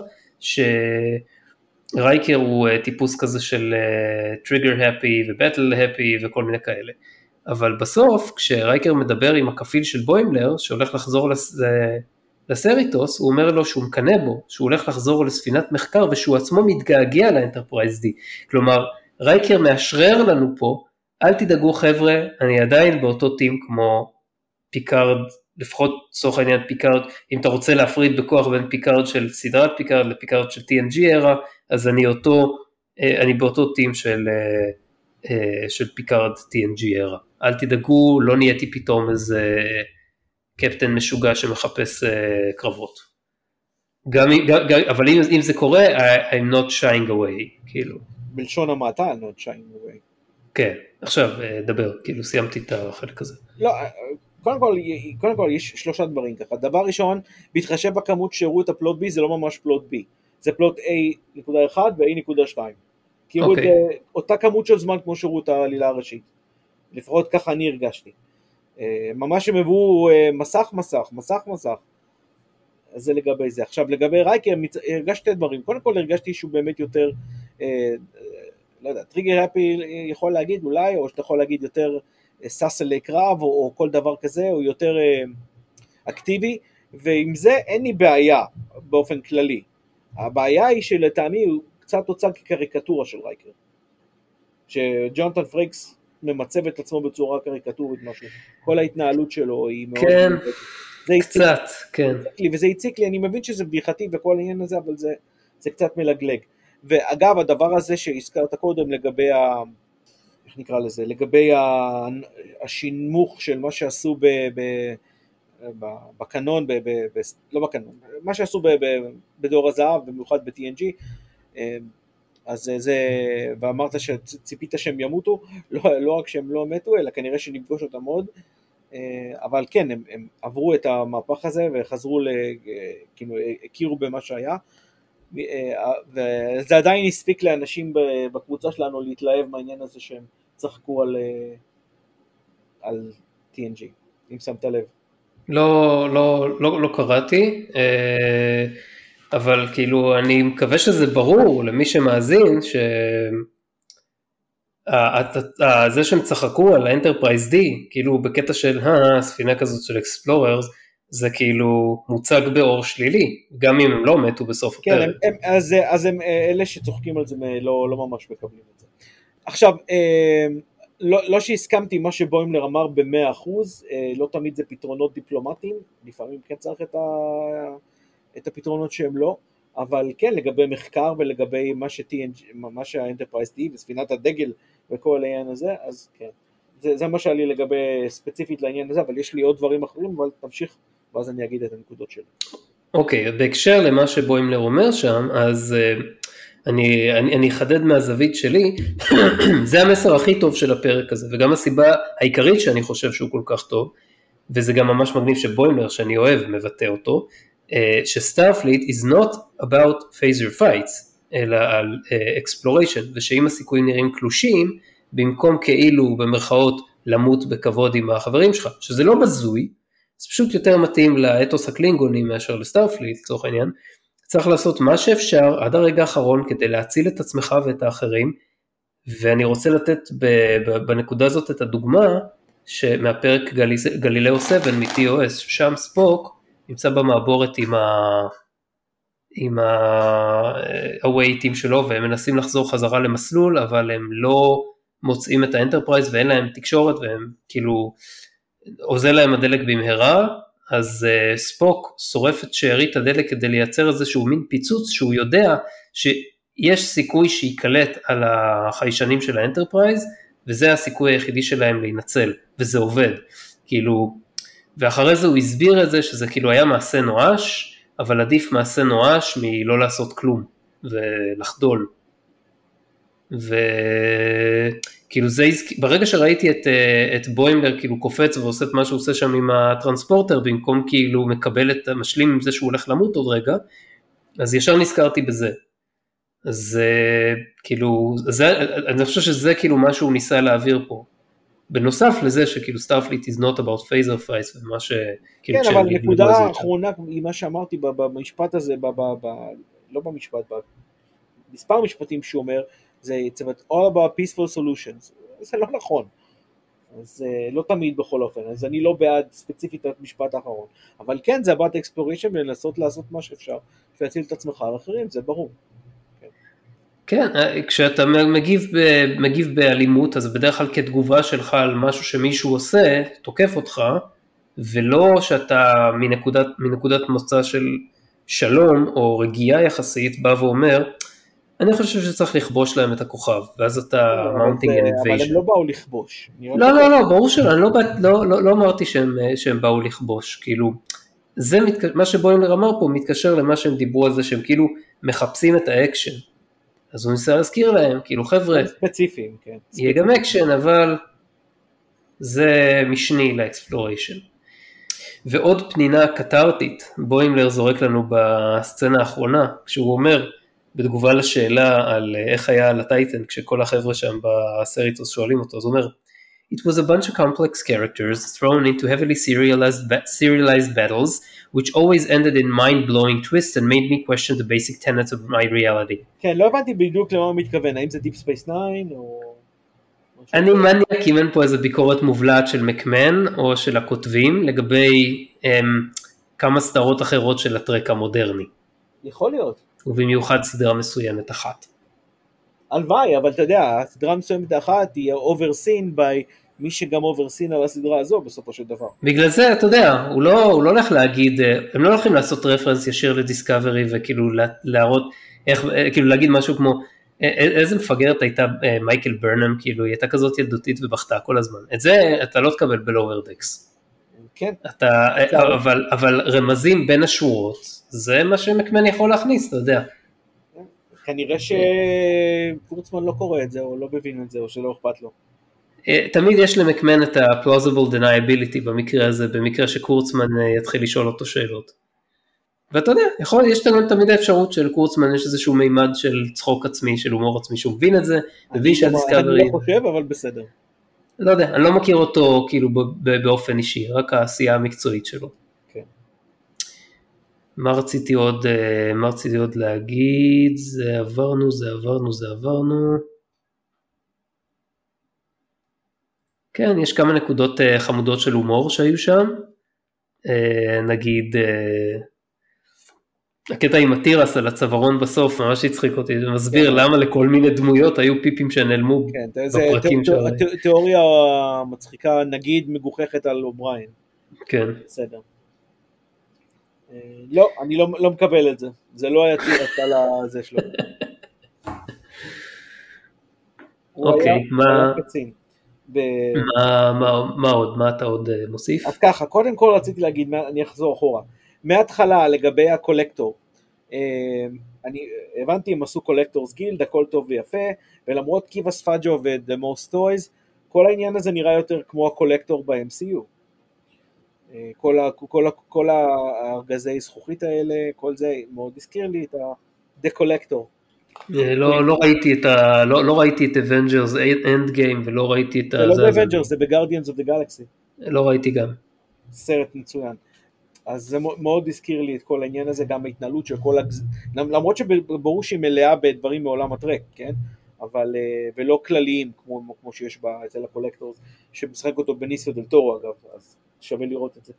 שרייקר הוא טיפוס כזה של טריגר הפי ובטל הפי וכל מיני כאלה. אבל בסוף כשרייקר מדבר עם הכפיל של בוימלר, שהולך לחזור לסריטוס, הוא אומר לו שהוא מקנה בו, שהוא הולך לחזור לספינת מחקר, ושהוא עצמו מתגעגע לאנטרפרייז D. כלומר, רייקר מאשרר לנו פה, אל תדאגו חבר'ה, אני עדיין באותו טים כמו פיקארד, לפחות צורך העניין פיקארד, אם אתה רוצה להפריד בכוח בין פיקארד של סדרת פיקארד לפיקארד של TNG era, אז אני באותו טים של פיקארד TNG era. אל תדאגו, לא נהייתי פתאום איזה קפטן משוגע שמחפש קרבות. אבל אם זה קורה, I'm not shying away, כאילו. בלשון המעטה, I'm not shying away. כן, עכשיו דבר, כאילו סיימתי את החלק הזה. לא, קודם כל יש שלושה דברים ככה. דבר ראשון, בהתחשב בכמות שהראו את הפלוט B, זה לא ממש פלוט B. זה פלוט A.1 ו-A.2. כי הראו את אותה כמות של זמן כמו שהראו את העלילה הראשית. לפחות ככה אני הרגשתי. ממש הם הביאו מסך. אז זה לגבי זה. עכשיו לגבי רייקר, הרגשתי את דברים. קודם כל הרגשתי שהוא באמת יותר, לא יודע, טריגר הפי יכול להגיד אולי, או שאתה יכול להגיד יותר סס אלי קרב, או כל דבר כזה, או יותר אקטיבי, ועם זה אין לי בעיה באופן כללי. הבעיה היא שלטעמי הוא קצת הוצג כקריקטורה של רייקר. שג'ונתן פריקס ממצב את עצמו בצורה קריקטורית משהו. כל ההתנהלות שלו היא מאוד... כן, קצת, כן. וזה הציק לי, אני מבין שזה בדיחתי וכל העניין הזה, אבל זה קצת מלגלג. ואגב, הדבר הזה שהזכרת קודם לגבי איך נקרא לזה? לגבי השינמוך של מה שעשו בקנון, לא בקנון, מה שעשו בדור הזהב, במיוחד ב-TNG, אז זה, ואמרת שציפית שהם ימותו, לא רק שהם לא מתו, אלא כנראה שנפגוש אותם עוד, אבל כן, הם עברו את המהפך הזה, וחזרו, כאילו, הכירו במה שהיה, וזה עדיין הספיק לאנשים בקבוצה שלנו להתלהב מהעניין הזה שהם צחקו על TNG, אם שמת לב. לא קראתי, אבל כאילו אני מקווה שזה ברור למי שמאזין, זה שהם צחקו על האנטרפרייז D, כאילו בקטע של ספינה כזאת של אקספלוררס, זה כאילו מוצג באור שלילי, גם אם הם לא מתו בסוף הפרק. כן, אז הם אלה שצוחקים על זה לא ממש מקבלים את זה. עכשיו, לא שהסכמתי מה שבוימלר אמר ב100%, לא תמיד זה פתרונות דיפלומטיים, לפעמים כן צריך את הפתרונות שהם לא, אבל כן, לגבי מחקר ולגבי מה שהאנטרפרייז D וספינת הדגל וכל העניין הזה, אז כן. זה מה שהיה לי לגבי ספציפית לעניין הזה, אבל יש לי עוד דברים אחרים, אבל תמשיך, ואז אני אגיד את הנקודות שלי. אוקיי, בהקשר למה שבוימלר אומר שם, אז אני אחדד מהזווית שלי, זה המסר הכי טוב של הפרק הזה, וגם הסיבה העיקרית שאני חושב שהוא כל כך טוב, וזה גם ממש מגניב שבוימלר, שאני אוהב, מבטא אותו, שסטארפליט is not about phaser fights, אלא על exploration, ושאם הסיכויים נראים קלושים, במקום כאילו במרכאות למות בכבוד עם החברים שלך, שזה לא בזוי, זה פשוט יותר מתאים לאתוס הקלינגוני מאשר לסטארפליט, לצורך העניין, צריך לעשות מה שאפשר עד הרגע האחרון כדי להציל את עצמך ואת האחרים, ואני רוצה לתת בנקודה הזאת את הדוגמה, מהפרק גלילאו 7 מ-TOS, ששם ספוק נמצא במעבורת עם ה-away team שלו, והם מנסים לחזור חזרה למסלול, אבל הם לא מוצאים את האנטרפרייז, ואין להם תקשורת, והם כאילו, עוזר להם הדלק במהרה, אז ספוק שורף את שארית הדלק, כדי לייצר איזשהו מין פיצוץ, שהוא יודע שיש סיכוי שיקלט על החיישנים של האנטרפרייז, וזה הסיכוי היחידי שלהם להינצל, וזה עובד, כאילו, ואחרי זה הוא הסביר את זה, שזה כאילו היה מעשה נואש, אבל עדיף מעשה נואש מלא לעשות כלום, ולחדול. וכאילו זה, ברגע שראיתי את בוימלר כאילו קופץ ועושה את מה שהוא עושה שם עם הטרנספורטר, במקום כאילו מקבל את המשלים עם זה שהוא הולך למות עוד רגע, אז ישר נזכרתי בזה. אז כאילו, אני חושב שזה כאילו מה שהוא ניסה להעביר פה. בנוסף לזה שכאילו Starfleet is not about phaser fights, ומה שכאילו... כן, אבל נקודה האחרונה, עם מה שאמרתי במשפט הזה, לא במשפט, במספר משפטים שהוא אומר, זה it's all about peaceful solutions, זה לא נכון, אז לא תמיד בכל אופן, אז אני לא בעד ספציפית את המשפט האחרון, אבל כן, זה about exploration ולנסות לעשות מה שאפשר, להציל את עצמך על אחרים, זה ברור. כן, כשאתה מגיב באלימות, אז בדרך כלל כתגובה שלך על משהו שמישהו עושה, תוקף אותך, ולא שאתה מנקודת מוצא של שלום, או רגיעה יחסית, בא ואומר, אני חושב שצריך לכבוש להם את הכוכב, ואז אתה mounting an invasion. אבל הם לא באו לכבוש. לא, ברור שלא, אני לא אמרתי שהם באו לכבוש, כאילו, מה שבוימלר אמר פה, מתקשר למה שהם דיברו על זה, שהם כאילו מחפשים את האקשן. אז הוא ניסה להזכיר להם, כאילו חבר'ה, ספציפיים, כן. יהיה גם אקשן, אבל זה משני לאקספלוריישן. ועוד פנינה קטרטית, בוימלר זורק לנו בסצנה האחרונה, כשהוא אומר, בתגובה לשאלה על איך היה על הטייטן, כשכל החבר'ה שם בסריטוס שואלים אותו, אז הוא אומר, It was a bunch of complex characters thrown into heavily serialized battles, which always ended in mind-blowing twists and made me question the basic tenets of my reality. כן, לא הבנתי בדיוק למה הוא מתכוון, האם זה Deep Space Nine או... אני מניאק אם אין פה איזו ביקורת מובלעת של מקמן או של הכותבים, לגבי כמה סדרות אחרות של הטרק המודרני. יכול להיות. ובמיוחד סדרה מסוימת אחת. הלוואי, אבל אתה יודע, הסדרה מסוימת אחת היא overseen by מי שגם overseen על הסדרה הזו בסופו של דבר. בגלל זה, אתה יודע, הוא לא הולך להגיד, הם לא הולכים לעשות רפרנס ישיר לדיסקאברי, וכאילו להראות, כאילו להגיד משהו כמו, איזה מפגרת הייתה מייקל ברנם, כאילו היא הייתה כזאת ילדותית ובכתה כל הזמן. את זה אתה לא תקבל בלואוור דקס. כן. אבל רמזים בין השורות, זה מה שמקמן יכול להכניס, אתה יודע. כנראה שקורצמן לא קורא את זה, או לא מבין את זה, או שלא אכפת לו. תמיד יש למקמן את ה-plausible deniability במקרה הזה, במקרה שקורצמן יתחיל לשאול אותו שאלות. ואתה יודע, יש תמיד האפשרות של קורצמן, יש איזשהו מימד של צחוק עצמי, של הומור עצמי, שהוא מבין את זה, מבין שהדיסקאברי... אני לא חושב, אבל בסדר. לא יודע, אני לא מכיר אותו כאילו באופן אישי, רק העשייה המקצועית שלו. כן. מה רציתי עוד להגיד? זה עברנו. כן, יש כמה נקודות חמודות של הומור שהיו שם. נגיד, הקטע עם הטירס על הצווארון בסוף, ממש הצחיק אותי, זה מסביר למה לכל מיני דמויות היו פיפים שנעלמו בפרקים שלהם. תיאוריה מצחיקה, נגיד מגוחכת על אובריין. כן. בסדר. לא, אני לא מקבל את זה. זה לא היה טירס על הזה שלו. אוקיי, מה עוד? מה אתה עוד מוסיף? אז ככה, קודם כל רציתי להגיד, אני אחזור אחורה. מההתחלה לגבי הקולקטור, אני הבנתי הם עשו קולקטורס גילד, הכל טוב ויפה, ולמרות קיבאס פאג'ו ו-The Most Toys, כל העניין הזה נראה יותר כמו הקולקטור ב-MCU. כל הארגזי זכוכית האלה, כל זה מאוד הזכיר לי את ה-The Collector לא ראיתי את Avengers End Game ולא ראיתי את זה לא ב-Avengers, זה ב-Guardians of the Galaxy. לא ראיתי גם. סרט מצוין. אז זה מאוד הזכיר לי את כל העניין הזה, גם ההתנהלות של כל למרות שברור שהיא מלאה בדברים מעולם הטרק, כן? אבל, ולא כלליים, כמו שיש אצל הקולקטורס, שמשחק אותו בניסיו דל טורו, אגב, אז שווה לראות את זה.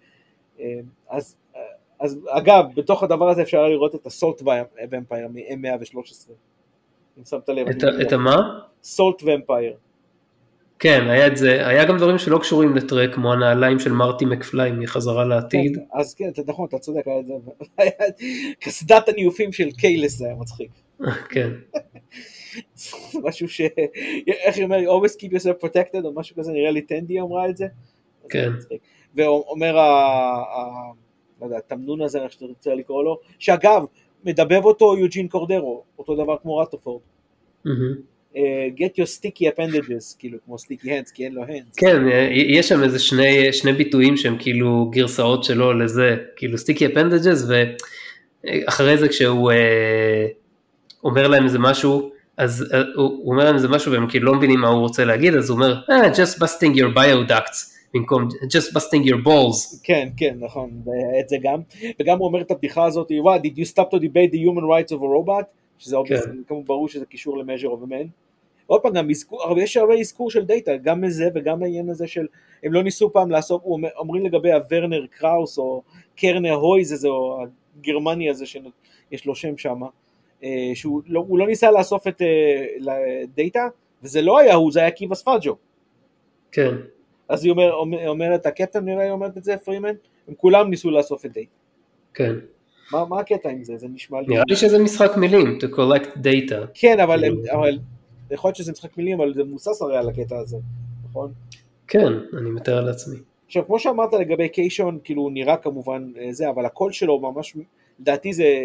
אז אגב, בתוך הדבר הזה אפשר לראות את הסולט ומפייר מ-M113. אם שמת לב. את מה? סולט ומפייר. כן, היה את זה, היה גם דברים שלא קשורים לטרק, כמו הנעליים של מרטי מקפליי מחזרה לעתיד. אז כן, נכון, אתה צודק, היה את זה. כסדת הניופים של קיילס זה היה מצחיק. כן. משהו ש... איך היא אומרת, always keep yourself protected, או משהו כזה, נראה לי טנדי אמרה את זה. כן. ואומר, לא יודע, התמנון הזה, איך שאתה רוצה לקרוא לו, שאגב, מדבב אותו יוג'ין קורדרו, אותו דבר כמו רטופורד. Get your sticky appendages, כאילו כמו sticky hands, כי אין לו hands. כן, יש שם איזה שני ביטויים שהם כאילו גרסאות שלו לזה, כאילו sticky appendages, ואחרי זה כשהוא אומר להם איזה משהו, אז הוא אומר להם איזה משהו והם כאילו לא מבינים מה הוא רוצה להגיד, אז הוא אומר, just busting your bioducts, במקום just busting your balls. כן, כן, נכון, את זה גם, וגם הוא אומר את הבדיחה הזאת, what, did you stop to debate the human rights of a robot? שזה כמו ברור שזה קישור ל-measure of a man. עוד פעם, יש הרבה אזכור של דאטה, גם מזה וגם העניין הזה של, הם לא ניסו פעם לעשות, אומרים לגבי הוורנר קראוס, או קרנר הויז הזה, או הגרמני הזה, שיש לו שם שם, שהוא לא ניסה לאסוף את דאטה, וזה לא היה הוא, זה היה קיבה ספאג'ו. כן. אז היא אומרת, הקפטן נראה, היא אומרת את זה, פרימן, הם כולם ניסו לאסוף את דאטה. כן. מה הקטע עם זה? זה נשמע לי... נראה לי שזה משחק מילים, to collect data. כן, אבל יכול להיות שזה משחק מילים, אבל זה מוסס הרי על הקטע הזה, נכון? כן, אני מתאר לעצמי. עכשיו, כמו שאמרת לגבי קיישון, כאילו הוא נראה כמובן זה, אבל הקול שלו ממש, לדעתי זה,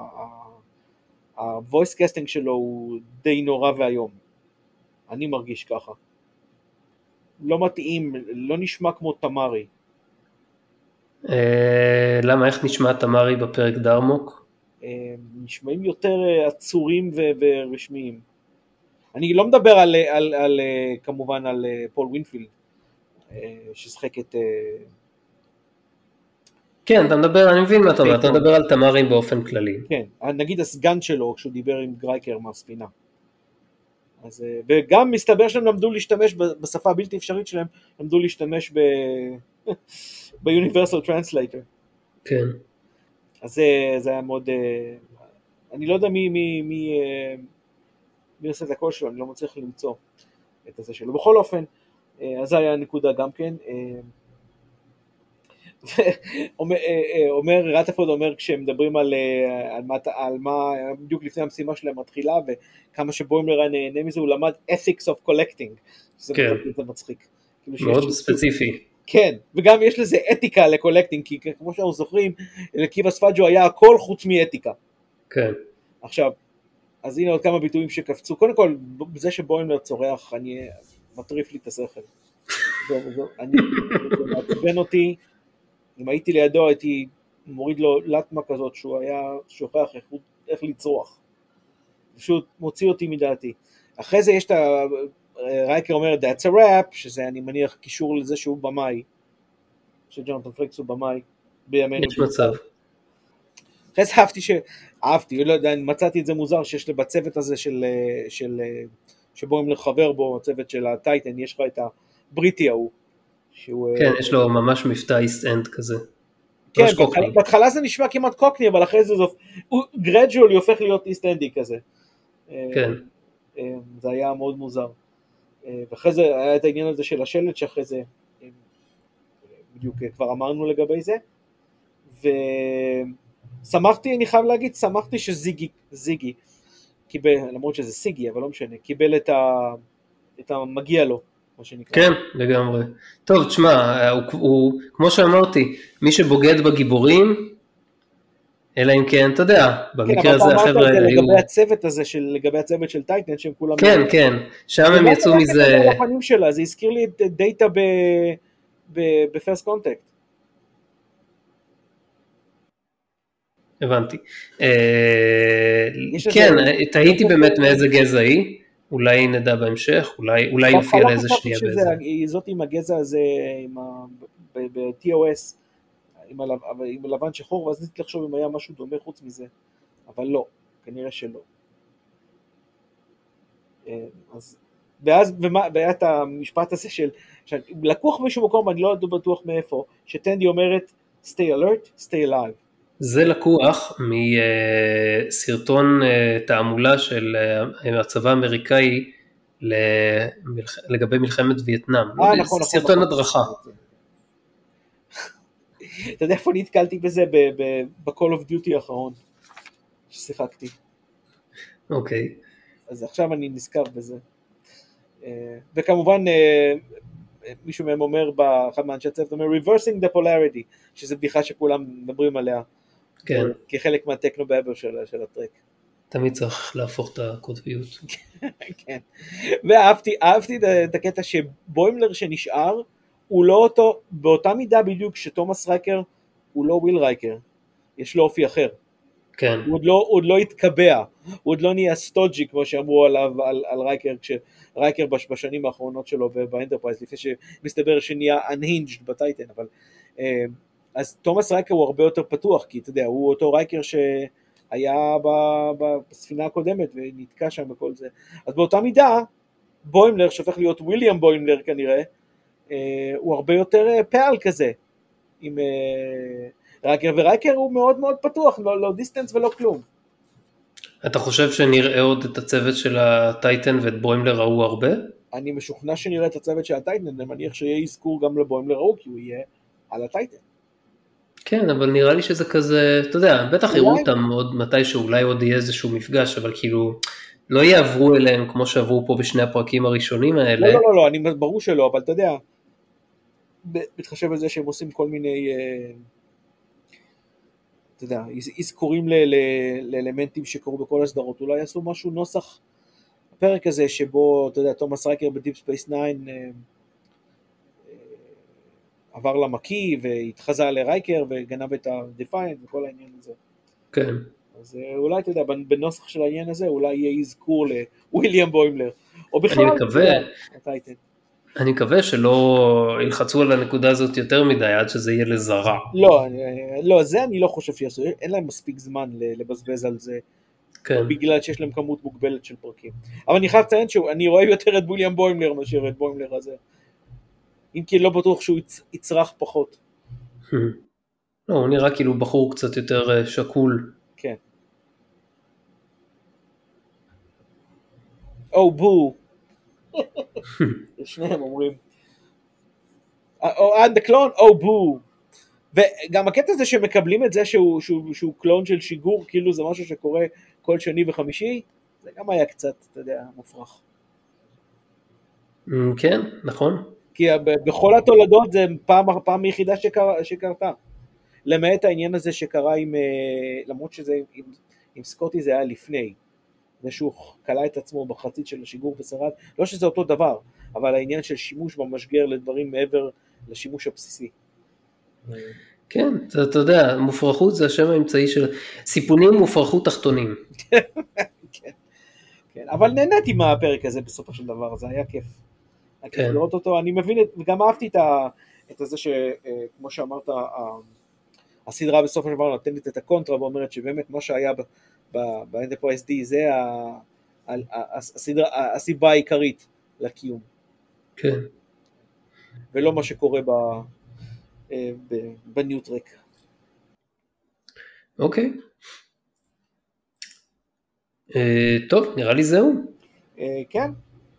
ה-voice casting שלו הוא די נורא והיום. אני מרגיש ככה. לא מתאים, לא נשמע כמו תמרי. למה, איך נשמע תמרי בפרק דרמוק? נשמעים יותר עצורים ורשמיים. אני לא מדבר על כמובן על פול ווינפילד, ששחק את... כן, אתה מדבר, אני מבין מה אתה אומר, אתה מדבר על תמרים באופן כללי. כן, נגיד הסגן שלו, כשהוא דיבר עם גרייקר מהספינה. אז, וגם מסתבר שהם למדו להשתמש בשפה הבלתי אפשרית שלהם, למדו להשתמש ב-Universal Translator. כן. אז זה היה מאוד... אני לא יודע מי עושה את הקול שלו, אני לא מצליח למצוא את הזה שלו. בכל אופן, אז זה היה הנקודה גם כן. אומר, רטפורד אומר, כשהם מדברים על מה, בדיוק לפני המשימה שלהם מתחילה, וכמה שבוימלר נהנה מזה, הוא למד ethics of collecting. זה מצחיק. מאוד ספציפי. כן, וגם יש לזה אתיקה לקולקטינג, כי כמו שאנחנו זוכרים, לקיבה ספאג'ו היה הכל חוץ מאתיקה. כן. עכשיו, אז הנה עוד כמה ביטויים שקפצו. קודם כל, בזה שבוימלר צורח, אני מטריף לי את השכל. אני מעצבן אותי, אם הייתי לידו, הייתי מוריד לו לטמה כזאת, שהוא היה שוכח איך לצרוח. פשוט מוציא אותי מדעתי. אחרי זה יש את רייקר אומר, that's a rap, שזה אני מניח קישור לזה שהוא במאי, שג'ונתן פריקס הוא במאי, בימינו. יש מצב. אחרי זה אהבתי, לא יודע, מצאתי את זה מוזר, שיש בצוות הזה שבו הם לחבר בו, הצוות של הטייטן, יש לך את הבריטי ההוא. כן, יש לו ממש מבטא איסט אנד כזה. כן, בהתחלה זה נשמע כמעט קוקני, אבל אחרי זה הוא גרדואלי הופך להיות איסט אנדי כזה. כן. זה היה מאוד מוזר. ואחרי זה היה את העניין הזה של השלט, שאחרי זה, בדיוק כבר אמרנו לגבי זה, ושמחתי, אני חייב להגיד, שמחתי שזיגי קיבל, למרות שזה סיגי, אבל לא משנה, קיבל את המגיע לו, מה שנקרא. כן, לגמרי. טוב, תשמע, הוא, כמו שאמרתי, מי שבוגד בגיבורים, אלא אם כן, אתה יודע, במקרה הזה החבר'ה היו... לגבי הצוות הזה, לגבי הצוות של טייטן, שהם כולם... כן, כן, שם הם יצאו מזה... זה הזכיר לי את דאטה בפרסט קונטקט. הבנתי. כן, תהיתי באמת מאיזה גזע היא, אולי נדע בהמשך, אולי יופיע לאיזה שנייה באיזה. זאת עם הגזע הזה, ב-TOS, עם הלבן שחור, ואז ניסיתי לחשוב אם היה משהו דומה חוץ מזה, אבל לא, כנראה שלא. ואז, והיה את המשפט הזה של, לקוח משהו מקום, אני לא בטוח מאיפה, שטנדי אומרת, stay alert, stay alive. זה לקוח מסרטון תעמולה של הצבא האמריקאי לגבי מלחמת וייטנאם. נכון. סרטון הדרכה. אתה יודע איפה נתקלתי בזה? ב-Call of Duty האחרון ששיחקתי. אוקיי. אז עכשיו אני נזכר בזה. וכמובן, מישהו מהם אומר, באחד מאנשי הצוות, אומר, reversing the polarity, שזה בדיחה שכולם מדברים עליה. כן. כחלק מהטכנו באבר של הטרק. תמיד צריך להפוך את הקוטביות. כן. ואהבתי את הקטע שבוימלר שנשאר, הוא לא אותו, באותה מידה בדיוק שתומאס רייקר, הוא לא וויל רייקר. יש לו אופי אחר. כן. הוא עוד לא התקבע, הוא עוד לא נהיה סטוג'י, כמו שאמרו עליו, על רייקר, כשרייקר בשנים האחרונות שלו באנטרפרייז, לפני שמסתבר שנהיה unhinged בטייטן, אבל, אז תומאס רייקר הוא הרבה יותר פתוח, כי אתה יודע, הוא אותו רייקר שהיה בספינה הקודמת, ונתקע שם בכל זה. אז באותה מידה, בוימלר, שהופך להיות וויליאם בוימלר כנראה, הוא הרבה יותר פעל כזה, עם רייקר, ורייקר הוא מאוד מאוד פתוח, לא דיסטנס ולא כלום. אתה חושב שנראה עוד את הצוות של הטייטן ואת בוימלר ראו הרבה? אני משוכנע שנראה את הצוות של הטייטן, אני מניח שיהיה אזכור גם לבוימלר ראו, כי הוא יהיה על הטייטן. כן, אבל נראה לי שזה כזה, אתה יודע, בטח יראו אותם עוד מתי שאולי עוד יהיה איזשהו מפגש, אבל כאילו לא יעברו אליהם כמו שעברו פה בשני הפרקים הראשונים האלה. לא, אני ברור שלא, אבל אתה יודע, מתחשב בזה שהם עושים כל מיני, אתה יודע, אזכורים לאלמנטים שקורו בכל הסדרות, אולי יעשו משהו נוסח, הפרק הזה שבו, אתה יודע, תומאס רייקר בדיפ ספייס 9, עבר למקי והתחזה לרייקר וגנב את הדיפיינט וכל העניין הזה. כן. אז אולי, אתה יודע, בנוסח של העניין הזה, אולי יהיה אזכור לוויליאם בוימלר, או בכלל, אני מקווה שלא ילחצו על הנקודה הזאת יותר מדי, עד שזה יהיה לזרה. לא, זה אני לא חושב שיעשו, אין להם מספיק זמן לבזבז על זה, כן. בגלל שיש להם כמות מוגבלת של פרקים. אבל אני חייב לציין שאני רואה יותר את וויליאם בוימלר מאשר את בוימלר הזה. אם כי לא בטוח שהוא יצרח פחות. לא, הוא נראה כאילו בחור קצת יותר שקול. כן. או בו. שניהם אומרים. או עד הקלון, או בו. וגם הקטע הזה שמקבלים את זה שהוא קלון של שיגור, כאילו זה משהו שקורה כל שני וחמישי, זה גם היה קצת, אתה יודע, מופרך. כן, נכון. כי בכל התולדות זה פעם יחידה שקרתה. למעט העניין הזה שקרה עם, למרות שזה עם סקוטי זה היה לפני, זה שהוא קלה את עצמו בחצית של השיגור ושרד, לא שזה אותו דבר, אבל העניין של שימוש במשגר לדברים מעבר לשימוש הבסיסי. כן, אתה יודע, מופרכות זה השם האמצעי של סיפונים מופרכות תחתונים. כן, אבל נהניתי מהפרק הזה בסופו של דבר, זה היה כיף. כן. לראות אותו, אני מבין, וגם אהבתי את זה שכמו שאמרת, הסדרה בסוף של דבר נותנת את הקונטרה, ואומרת שבאמת מה שהיה ב-Enterprise D זה הסיבה העיקרית לקיום. כן. ולא מה שקורה בניו טרק. אוקיי. טוב, נראה לי זהו. כן.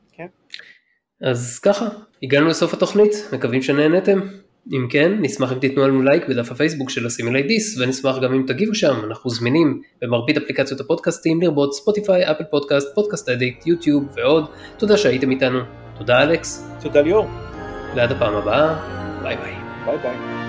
אז ככה, הגענו לסוף התוכנית, מקווים שנהנתם. אם כן, נשמח אם תיתנו לנו לייק בדף הפייסבוק של הסימילי דיס, ונשמח גם אם תגיבו שם, אנחנו זמינים במרבית אפליקציות הפודקאסטים, לרבות ספוטיפיי, אפל פודקאסט, פודקאסט אדיקט, יוטיוב ועוד. תודה שהייתם איתנו. תודה אלכס. תודה ליאור. ועד הפעם הבאה, ביי ביי. ביי ביי.